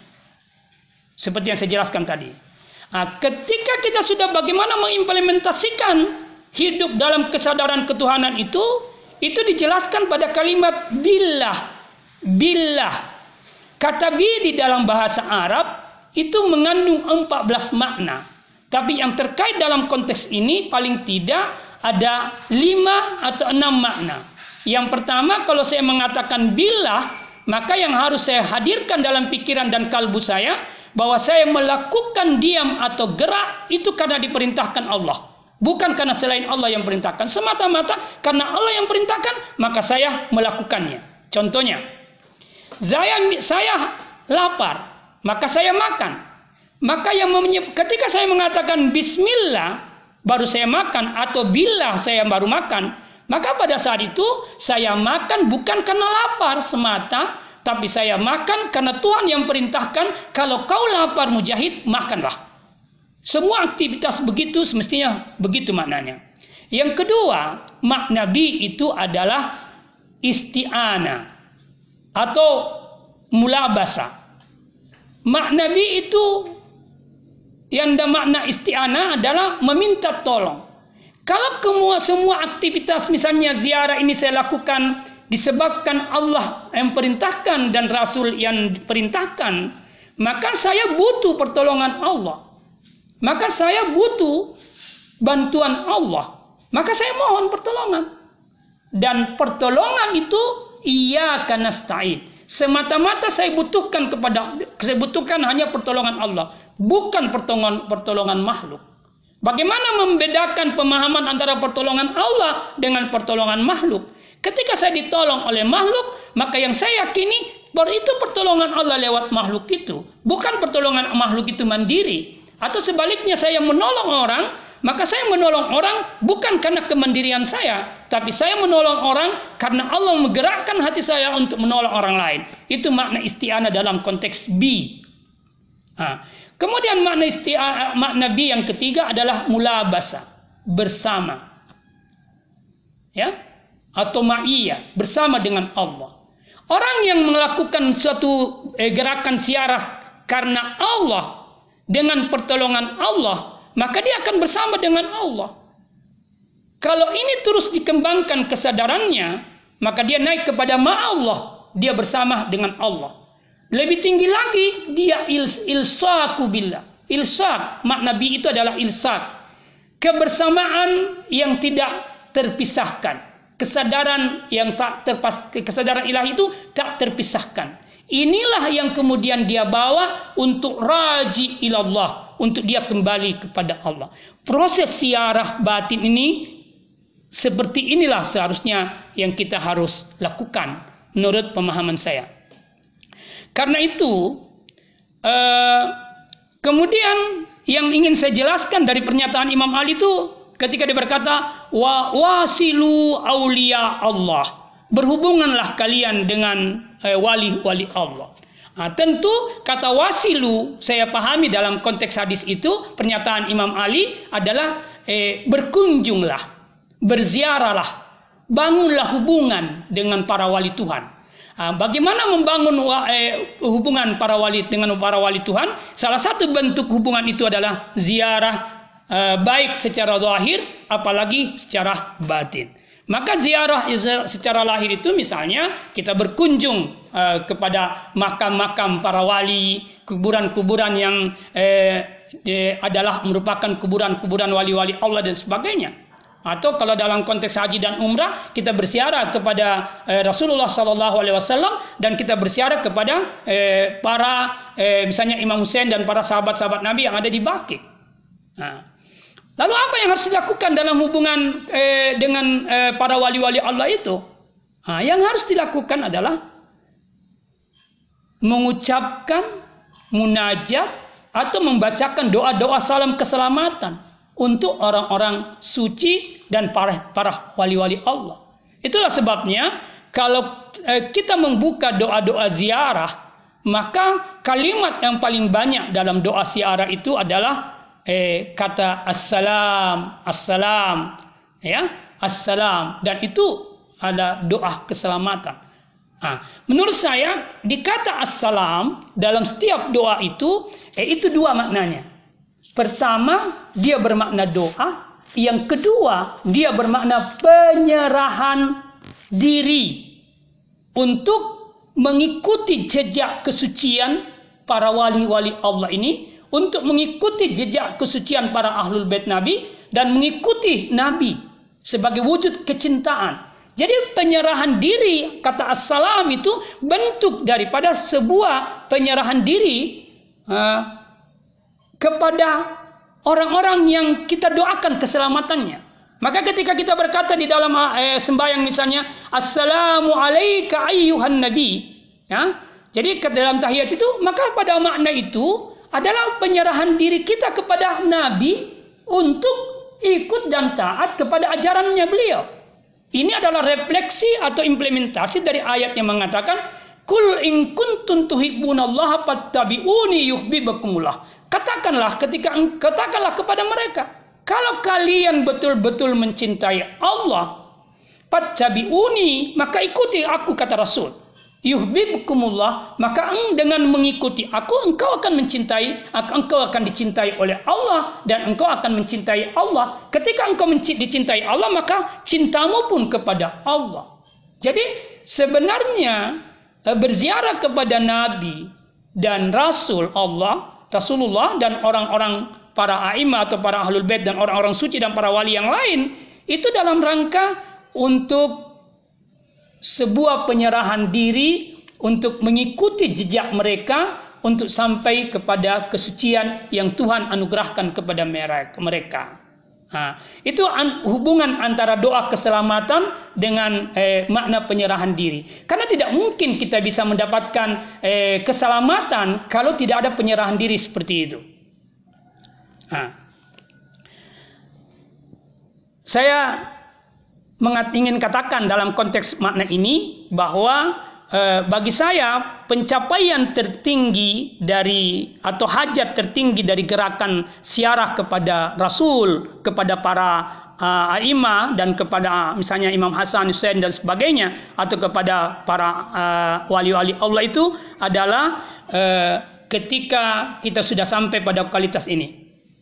Seperti yang saya jelaskan tadi. Nah, ketika kita sudah bagaimana mengimplementasikan hidup dalam kesadaran ketuhanan itu, itu dijelaskan pada kalimat billah. Billah. Kata bi di dalam bahasa Arab itu mengandung empat belas makna. Tapi yang terkait dalam konteks ini paling tidak ada lima atau enam makna. Yang pertama, kalau saya mengatakan billah, maka yang harus saya hadirkan dalam pikiran dan kalbu saya, bahwa saya melakukan diam atau gerak itu karena diperintahkan Allah. Bukan karena selain Allah yang perintahkan. Semata-mata karena Allah yang perintahkan, maka saya melakukannya. Contohnya, saya, saya lapar, maka saya makan. Maka yang menyebut, ketika saya mengatakan bismillah, baru saya makan, atau billah saya baru makan, maka pada saat itu saya makan bukan karena lapar semata, tapi saya makan karena Tuhan yang perintahkan, kalau kau lapar mujahid, makanlah. Semua aktivitas begitu, semestinya begitu maknanya. Yang kedua, makna bi itu adalah isti'anah atau mulabasa. Makna bi itu, yang ada makna isti'anah adalah meminta tolong. Kalau semua, semua aktivitas misalnya ziarah ini saya lakukan disebabkan Allah yang perintahkan dan Rasul yang perintahkan, maka saya butuh pertolongan Allah. Maka saya butuh bantuan Allah. Maka saya mohon pertolongan. Dan pertolongan itu iyyaka nasta'in. Semata-mata saya butuhkan kepada saya butuhkan hanya pertolongan Allah, bukan pertolongan pertolongan makhluk. Bagaimana membedakan pemahaman antara pertolongan Allah dengan pertolongan makhluk? Ketika saya ditolong oleh makhluk, maka yang saya yakini bahwa itu pertolongan Allah lewat makhluk itu, bukan pertolongan makhluk itu mandiri. Atau sebaliknya saya menolong orang, maka saya menolong orang bukan karena kemandirian saya, tapi saya menolong orang karena Allah menggerakkan hati saya untuk menolong orang lain. Itu makna isti'anah dalam konteks B. Nah, kemudian makna isti'anah, makna B yang ketiga adalah mulabasa, bersama. Ya? Atau ma'iyah, bersama dengan Allah. Orang yang melakukan suatu eh, gerakan ziarah karena Allah, dengan pertolongan Allah, maka dia akan bersama dengan Allah. Kalau ini terus dikembangkan kesadarannya, maka dia naik kepada ma'allah, dia bersama dengan Allah. Lebih tinggi lagi, dia ils, ilsaku billah. Ilsak, makna bi itu adalah ilsak. Kebersamaan yang tidak terpisahkan. Kesadaran yang tak terpas, kesadaran ilahi itu tak terpisahkan. Inilah yang kemudian dia bawa untuk raji ilallah, untuk dia kembali kepada Allah. Proses ziarah batin ini seperti inilah seharusnya yang kita harus lakukan menurut pemahaman saya. Karena itu, eh, kemudian yang ingin saya jelaskan dari pernyataan Imam Ali itu ketika dia berkata, wa wasilu aulia Allah, berhubunganlah kalian dengan eh, wali-wali Allah. Nah, tentu kata wasilu saya pahami dalam konteks hadis itu, pernyataan Imam Ali adalah eh, berkunjunglah, berziarahlah, bangunlah hubungan dengan para wali Tuhan. Nah, bagaimana membangun eh, hubungan para wali dengan para wali Tuhan? Salah satu bentuk hubungan itu adalah ziarah, eh, baik secara zahir apalagi secara batin. Maka ziarah secara lahir itu misalnya kita berkunjung uh, kepada makam-makam para wali, kuburan-kuburan yang eh, de, adalah merupakan kuburan-kuburan wali-wali Allah dan sebagainya. Atau kalau dalam konteks haji dan umrah kita berziarah kepada eh, Rasulullah Sallallahu Alaihi Wasallam dan kita berziarah kepada eh, para eh, misalnya Imam Hussein dan para sahabat-sahabat Nabi yang ada di Baqi. Nah, lalu apa yang harus dilakukan dalam hubungan eh, dengan eh, para wali-wali Allah itu? Nah, yang harus dilakukan adalah mengucapkan munajat atau membacakan doa-doa salam keselamatan untuk orang-orang suci dan para, para wali-wali Allah. Itulah sebabnya kalau eh, kita membuka doa-doa ziarah, maka kalimat yang paling banyak dalam doa ziarah itu adalah Eh, kata assalam, assalam, ya, assalam, dan itu ada doa keselamatan. Nah, menurut saya di kata assalam dalam setiap doa itu, eh, itu dua maknanya. Pertama, dia bermakna doa. Yang kedua, dia bermakna penyerahan diri untuk mengikuti jejak kesucian para wali-wali Allah ini, untuk mengikuti jejak kesucian para ahlul bait Nabi dan mengikuti Nabi sebagai wujud kecintaan. Jadi penyerahan diri, kata assalam itu bentuk daripada sebuah penyerahan diri uh, kepada orang-orang yang kita doakan keselamatannya. Maka ketika kita berkata di dalam eh, sembahyang misalnya assalamu alayka ayyuhan nabi, ya, jadi ke dalam tahiyat itu, maka pada makna itu adalah penyerahan diri kita kepada Nabi untuk ikut dan taat kepada ajarannya beliau. Ini adalah refleksi atau implementasi dari ayat yang mengatakan kul in kuntum tuhibbunallaha fattabi'uni yuhibbukumullah. Katakanlah ketika katakanlah kepada mereka, kalau kalian betul-betul mencintai Allah, fattabi'uni, maka ikuti aku, kata Rasul. yuhibbukumullah, maka dengan mengikuti aku engkau akan mencintai, engkau akan dicintai oleh Allah dan engkau akan mencintai Allah. Ketika engkau dicintai Allah, maka cintamu pun kepada Allah. Jadi sebenarnya berziarah kepada Nabi dan Rasul Allah, Rasulullah dan orang-orang para a'imah atau para ahlul bait dan orang-orang suci dan para wali yang lain, itu dalam rangka untuk sebuah penyerahan diri, untuk mengikuti jejak mereka, untuk sampai kepada kesucian yang Tuhan anugerahkan kepada mereka. Nah, itu an, hubungan antara doa keselamatan dengan eh, makna penyerahan diri. Karena tidak mungkin kita bisa mendapatkan eh, keselamatan kalau tidak ada penyerahan diri seperti itu. Nah, saya mengat, ingin katakan dalam konteks makna ini bahwa eh, bagi saya pencapaian tertinggi dari atau hajat tertinggi dari gerakan ziarah kepada Rasul, kepada para uh, a'imah dan kepada misalnya Imam Hasan, Husain dan sebagainya, atau kepada para uh, wali-wali Allah itu adalah uh, ketika kita sudah sampai pada kualitas ini.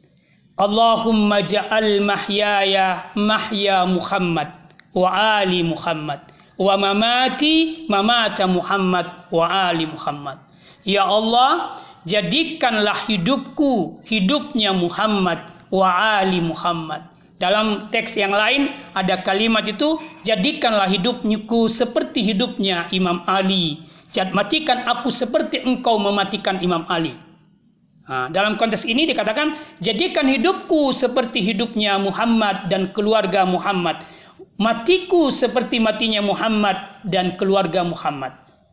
Allahumma ja'al mahyaya mahya Muhammad wa ali Muhammad wa mamati mamata Muhammad wa ali Muhammad. Ya Allah, jadikanlah hidupku hidupnya Muhammad wa ali Muhammad. Dalam teks yang lain ada kalimat itu, jadikanlah hidupku seperti hidupnya Imam Ali. Matikan aku seperti engkau mematikan Imam Ali. Nah, dalam konteks ini dikatakan, jadikan hidupku seperti hidupnya Muhammad dan keluarga Muhammad. Matiku seperti matinya Muhammad dan keluarga Muhammad.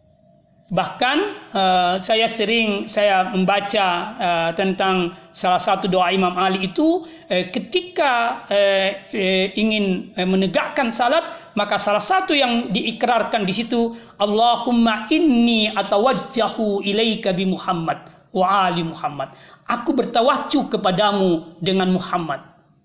Bahkan uh, saya sering saya membaca uh, tentang salah satu doa Imam Ali itu uh, ketika uh, uh, ingin uh, menegakkan salat, maka salah satu yang diikrarkan di situ, Allahumma inni atawajjahu ilaika bi Muhammad wa ali Muhammad. Aku bertawajjuh kepadamu dengan Muhammad.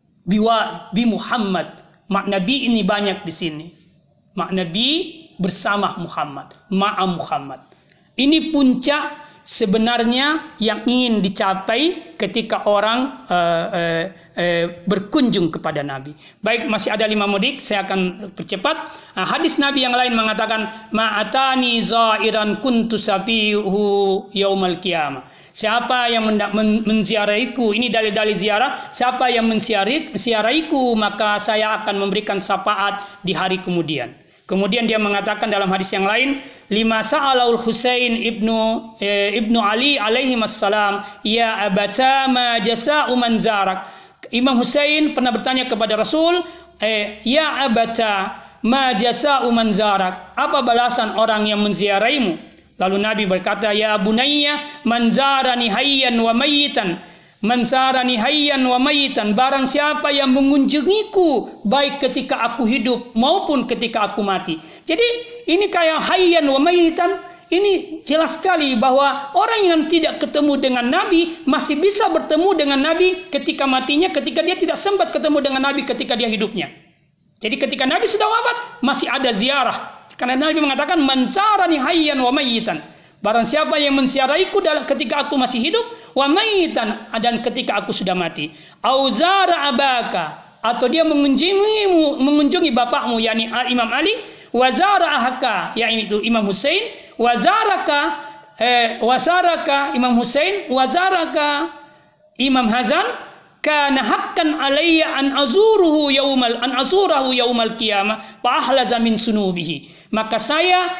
Biwa bi Muhammad. Makna bi ini banyak di sini. Makna bi bersama Muhammad, ma'a Muhammad. Ini puncak sebenarnya yang ingin dicapai ketika orang uh, uh, uh, berkunjung kepada Nabi. Baik, masih ada lima menit, saya akan percepat. Nah, hadis Nabi yang lain mengatakan, ma'atani zairan kuntu safihu yaumal qiyamah. Siapa yang men- men- menziarahiku, ini dalil-dalil ziarah, siapa yang menziarahiku, maka saya akan memberikan syafaat di hari kemudian. Kemudian dia mengatakan dalam hadis yang lain, lima sa'alaul Husain ibnu eh, ibnu Ali alaihi wassalam, ya abata ma jasa'u man zarak. Imam Husain pernah bertanya kepada Rasul, eh, ya abata ma jasa'u man zarak, apa balasan orang yang menziarahimu? Lalu Nabi berkata, ya bunayya man zarani hayyan wa mayyitan, man zarani hayyan wa mayyitan, barang siapa yang mengunjungiku baik ketika aku hidup maupun ketika aku mati. Jadi ini kayak hayyan wa mayyitan, ini jelas sekali bahwa orang yang tidak ketemu dengan Nabi masih bisa bertemu dengan Nabi ketika matinya, ketika dia tidak sempat ketemu dengan Nabi ketika dia hidupnya. Jadi ketika Nabi sudah wafat masih ada ziarah. Karena Nabi mengatakan, man zarani hayyan wa mayyitan. Barang siapa yang menziarahiku dalam ketika aku masih hidup, wa mayyitan, dan ketika aku sudah mati. Au zara abaka, atau dia mengunjungi mengunjungi bapakmu, yakni Imam Ali, wa zara ahaka, yaitu Imam Husain, wa zaraka eh, wa zaraka Imam Husain, wa zaraka Imam Hasan, kana haqqan alayya an azuruhu yaumal an azurahu yaumal qiyamah fa ahlaza min sunubihi. Maka saya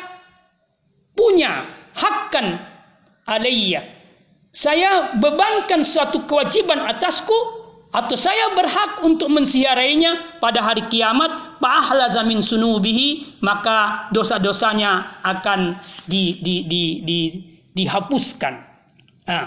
punya hakkan alayya, saya bebankan suatu kewajiban atasku, atau saya berhak untuk menziarahinya pada hari kiamat, fa ahlaza min sunubihi, maka dosa-dosanya akan di, di, di, di, dihapuskan. Nah,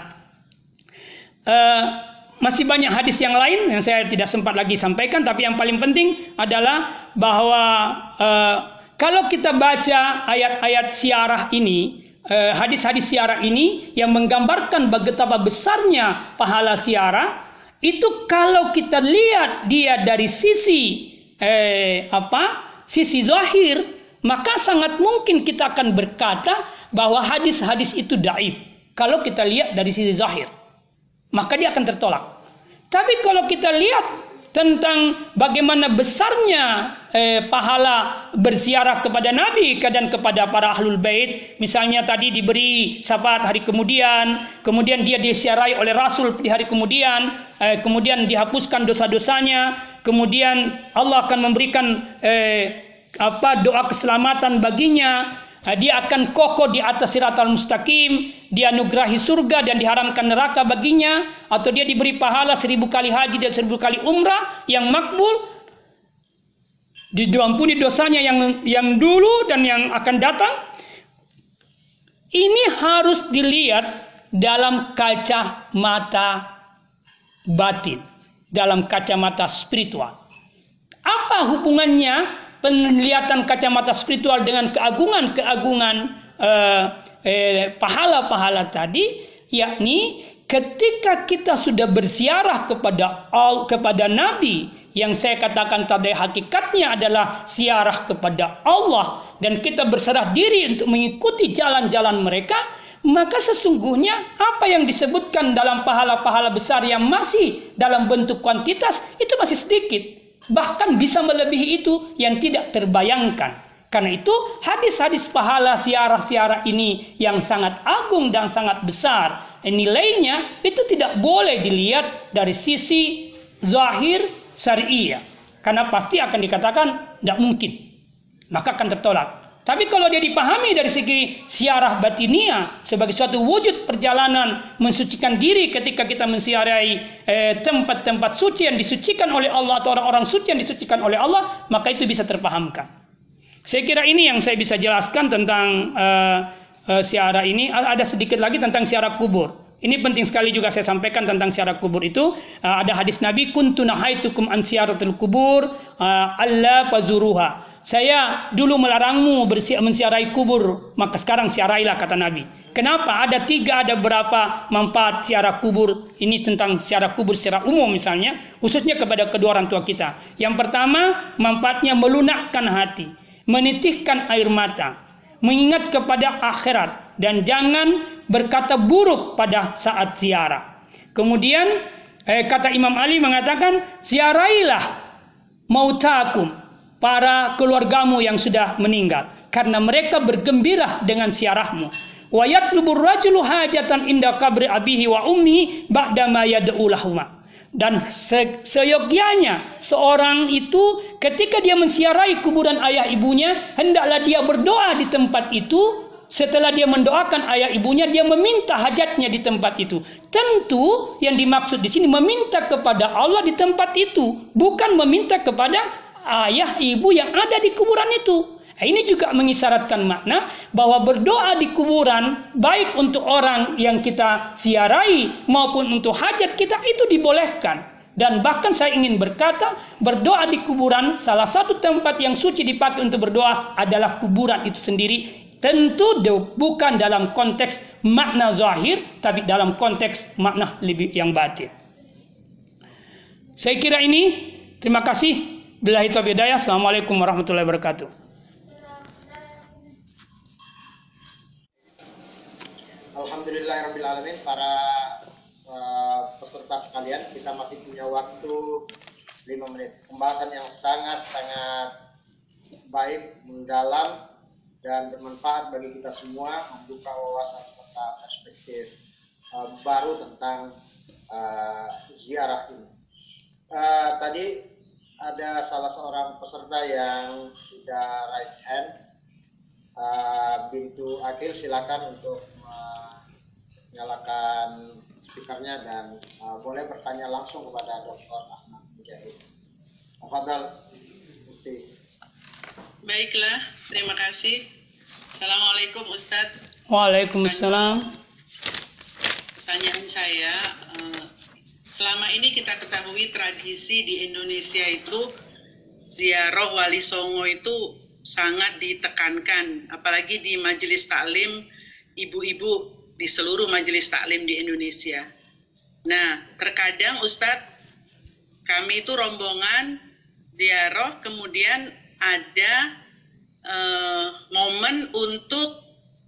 uh, masih banyak hadis yang lain yang saya tidak sempat lagi sampaikan, tapi yang paling penting adalah bahwa uh, kalau kita baca ayat-ayat ziarah ini, uh, hadis-hadis ziarah ini yang menggambarkan betapa besarnya pahala ziarah, itu kalau kita lihat dia dari sisi eh, apa? Sisi zahir, maka sangat mungkin kita akan berkata bahwa hadis-hadis itu dhaif. Kalau kita lihat dari sisi zahir, maka dia akan tertolak. Tapi kalau kita lihat tentang bagaimana besarnya eh, pahala berziarah kepada Nabi dan kepada para ahlul bait, misalnya tadi diberi syafaat hari kemudian, kemudian dia disiarai oleh Rasul di hari kemudian, eh, kemudian dihapuskan dosa-dosanya, kemudian Allah akan memberikan eh, apa doa keselamatan baginya. Dia akan kokoh di atas siratal mustaqim, dia anugerahi surga dan diharamkan neraka baginya, atau dia diberi pahala seribu kali haji dan seribu kali umrah yang makbul, diampuni dosanya yang yang dulu dan yang akan datang. Ini harus dilihat dalam kacamata batin, dalam kacamata spiritual. Apa hubungannya penglihatan kacamata spiritual dengan keagungan-keagungan eh, eh, pahala-pahala tadi, yakni ketika kita sudah berziarah kepada Allah, kepada Nabi, yang saya katakan tadi hakikatnya adalah ziarah kepada Allah, dan kita berserah diri untuk mengikuti jalan-jalan mereka, maka sesungguhnya apa yang disebutkan dalam pahala-pahala besar yang masih dalam bentuk kuantitas itu masih sedikit. Bahkan bisa melebihi itu yang tidak terbayangkan. Karena itu hadis-hadis pahala ziarah-ziarah ini yang sangat agung dan sangat besar, nilainya itu tidak boleh dilihat dari sisi zahir syariah, karena pasti akan dikatakan tidak mungkin, maka akan tertolak. Tapi kalau dia dipahami dari segi ziarah batiniah sebagai suatu wujud perjalanan mensucikan diri ketika kita menziarahi eh, tempat-tempat suci yang disucikan oleh Allah atau orang-orang suci yang disucikan oleh Allah, maka itu bisa terpahamkan. Saya kira ini yang saya bisa jelaskan tentang eh, eh, ziarah ini. Ada sedikit lagi tentang ziarah kubur. Ini penting sekali juga saya sampaikan tentang ziarah kubur itu. Uh, ada hadis Nabi, kuntu nahaitukum an ziaratul kubur uh, alla fazuruha. Saya dulu melarangmu menziarahi kubur, maka sekarang ziarahilah, kata Nabi. Kenapa? Ada tiga, ada berapa manfaat ziarah kubur. Ini tentang ziarah kubur secara umum misalnya, khususnya kepada kedua orang tua kita. Yang pertama, manfaatnya melunakkan hati, menitihkan air mata, mengingat kepada akhirat, dan jangan berkata buruk pada saat ziarah. Kemudian eh, kata Imam Ali mengatakan, ziarahilah mautakum, para keluargamu yang sudah meninggal, karena mereka bergembira dengan ziarahmu. Wa yatlubur rajulu hajatan inda qabri abihi wa ummihi ba'da ma yad'u lahuma. Dan se seyogyanya seorang itu ketika dia menziarahi kuburan ayah ibunya, hendaklah dia berdoa di tempat itu. Setelah dia mendoakan ayah ibunya, dia meminta hajatnya di tempat itu. Tentu yang dimaksud di sini meminta kepada Allah di tempat itu, bukan meminta kepada ayah ibu yang ada di kuburan itu. Ini juga mengisyaratkan makna bahwa berdoa di kuburan, baik untuk orang yang kita ziarahi maupun untuk hajat kita, itu dibolehkan. Dan bahkan saya ingin berkata, berdoa di kuburan, salah satu tempat yang suci dipakai untuk berdoa adalah kuburan itu sendiri. Tentu bukan dalam konteks makna zahir, tapi dalam konteks makna lebih yang batin. Saya kira ini. Terima kasih. Billahi taufiq hidayah. Assalamualaikum warahmatullahi wabarakatuh. Alhamdulillahirabbil alamin. Para uh, peserta sekalian, kita masih punya waktu lima menit. Pembahasan yang sangat-sangat baik, mendalam, dan bermanfaat bagi kita semua, membuka wawasan serta perspektif uh, baru tentang uh, ziarah ini. Uh, tadi ada salah seorang peserta yang sudah raise hand, uh, Bintu Akil, silakan untuk menyalakan speakernya dan uh, boleh bertanya langsung kepada Doktor Ahmad Mujahid. Tafadhal, Mufti. Baiklah, terima kasih. Assalamualaikum Ustadz. Waalaikumsalam. Pertanyaan saya, selama ini kita ketahui tradisi di Indonesia itu ziarah Wali Songo itu sangat ditekankan, apalagi di majelis taklim ibu-ibu di seluruh majelis taklim di Indonesia. Nah, terkadang Ustadz, kami itu rombongan ziarah, kemudian ada uh, momen untuk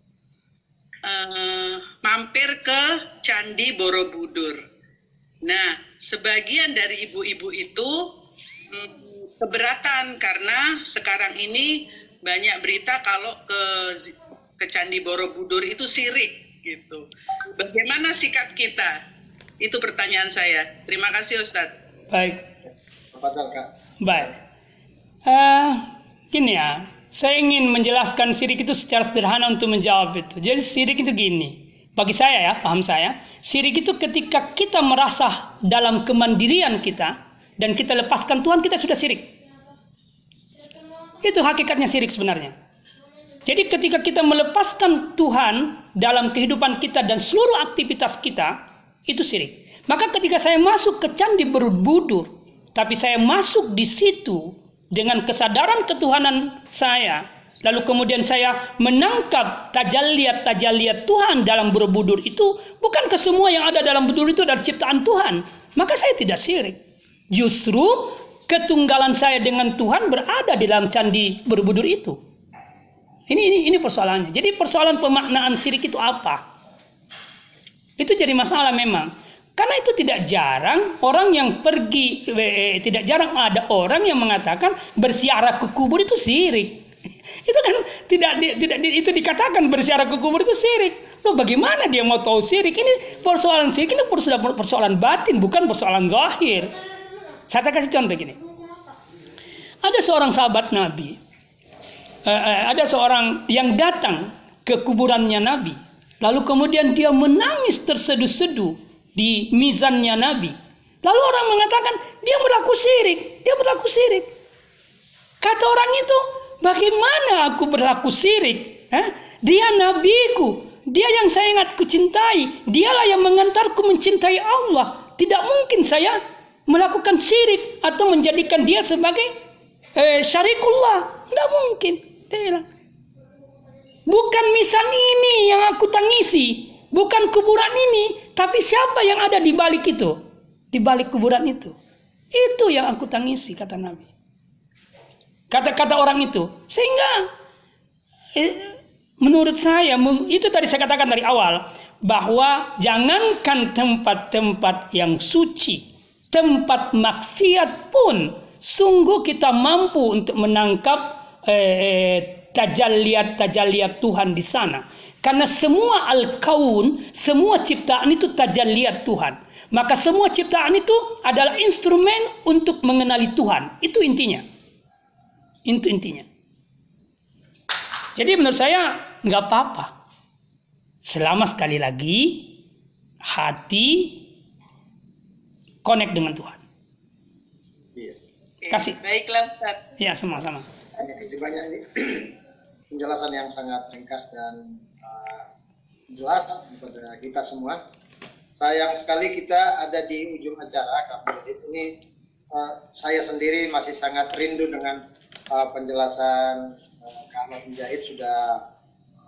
uh, mampir ke Candi Borobudur. Nah, sebagian dari ibu-ibu itu hmm, keberatan karena sekarang ini banyak berita kalau ke ke Candi Borobudur itu syirik gitu. Bagaimana sikap kita? Itu pertanyaan saya. Terima kasih Ustadz. Baik. Tafadhol, Kak. Baik. Uh, gini ya, saya ingin menjelaskan syirik itu secara sederhana untuk menjawab itu. Jadi syirik itu gini. Bagi saya ya, paham saya, syirik itu ketika kita merasa dalam kemandirian kita dan kita lepaskan Tuhan, kita sudah syirik. Itu hakikatnya syirik sebenarnya. Jadi ketika kita melepaskan Tuhan dalam kehidupan kita dan seluruh aktivitas kita, itu syirik. Maka ketika saya masuk ke Candi Borobudur, tapi saya masuk di situ dengan kesadaran ketuhanan saya, lalu kemudian saya menangkap tajalliat-tajalliat Tuhan dalam Borobudur itu, bukan ke semua yang ada dalam Borobudur itu adalah ciptaan Tuhan, maka saya tidak syirik. Justru ketunggalan saya dengan Tuhan berada di dalam Candi Borobudur itu. Ini ini ini persoalannya. Jadi persoalan pemaknaan syirik itu apa? Itu jadi masalah memang. Karena itu tidak jarang orang yang pergi, eh, tidak jarang ada orang yang mengatakan berziarah ke kubur itu syirik. Itu kan tidak, tidak itu dikatakan berziarah ke kubur itu syirik. Loh, bagaimana dia mau tahu syirik? Ini persoalan syirik ini persoalan, persoalan batin, bukan persoalan zahir. Saya kasih contoh gini. Ada seorang sahabat Nabi, eh, ada seorang yang datang ke kuburannya Nabi. Lalu kemudian dia menangis terseduh-seduh di mizannya Nabi. Lalu orang mengatakan dia berlaku syirik, dia berlaku syirik. Kata orang itu, bagaimana aku berlaku syirik? Eh? Dia nabiku, dia yang saya sangat kucintai, dialah yang mengantarku mencintai Allah. Tidak mungkin saya melakukan syirik atau menjadikan dia sebagai eh, syarikullah. Tidak mungkin. Dia bilang, bukan misan ini yang aku tangisi, bukan kuburan ini, tapi siapa yang ada di balik itu, di balik kuburan itu, itu yang aku tangisi, kata Nabi. Kata-kata orang itu, sehingga eh, menurut saya, itu tadi saya katakan dari awal, bahwa jangankan tempat-tempat yang suci, tempat maksiat pun, sungguh kita mampu untuk menangkap eh, tajalliat-tajalliat Tuhan di sana. Karena semua al-kaun, semua ciptaan itu tajalliat Tuhan. Maka semua ciptaan itu adalah instrumen untuk mengenali Tuhan. Itu intinya. Itu intinya. Jadi menurut saya nggak apa-apa. Selama sekali lagi hati connect dengan Tuhan. Iya. Kasih. Baiklah Ustaz. Ya, sama-sama. Terima banyak ini penjelasan yang sangat ringkas dan uh, jelas kepada kita semua. Sayang sekali kita ada di ujung acara karena ini uh, saya sendiri masih sangat rindu dengan uh, penjelasan uh, Kak Ahmad Mujahid. Sudah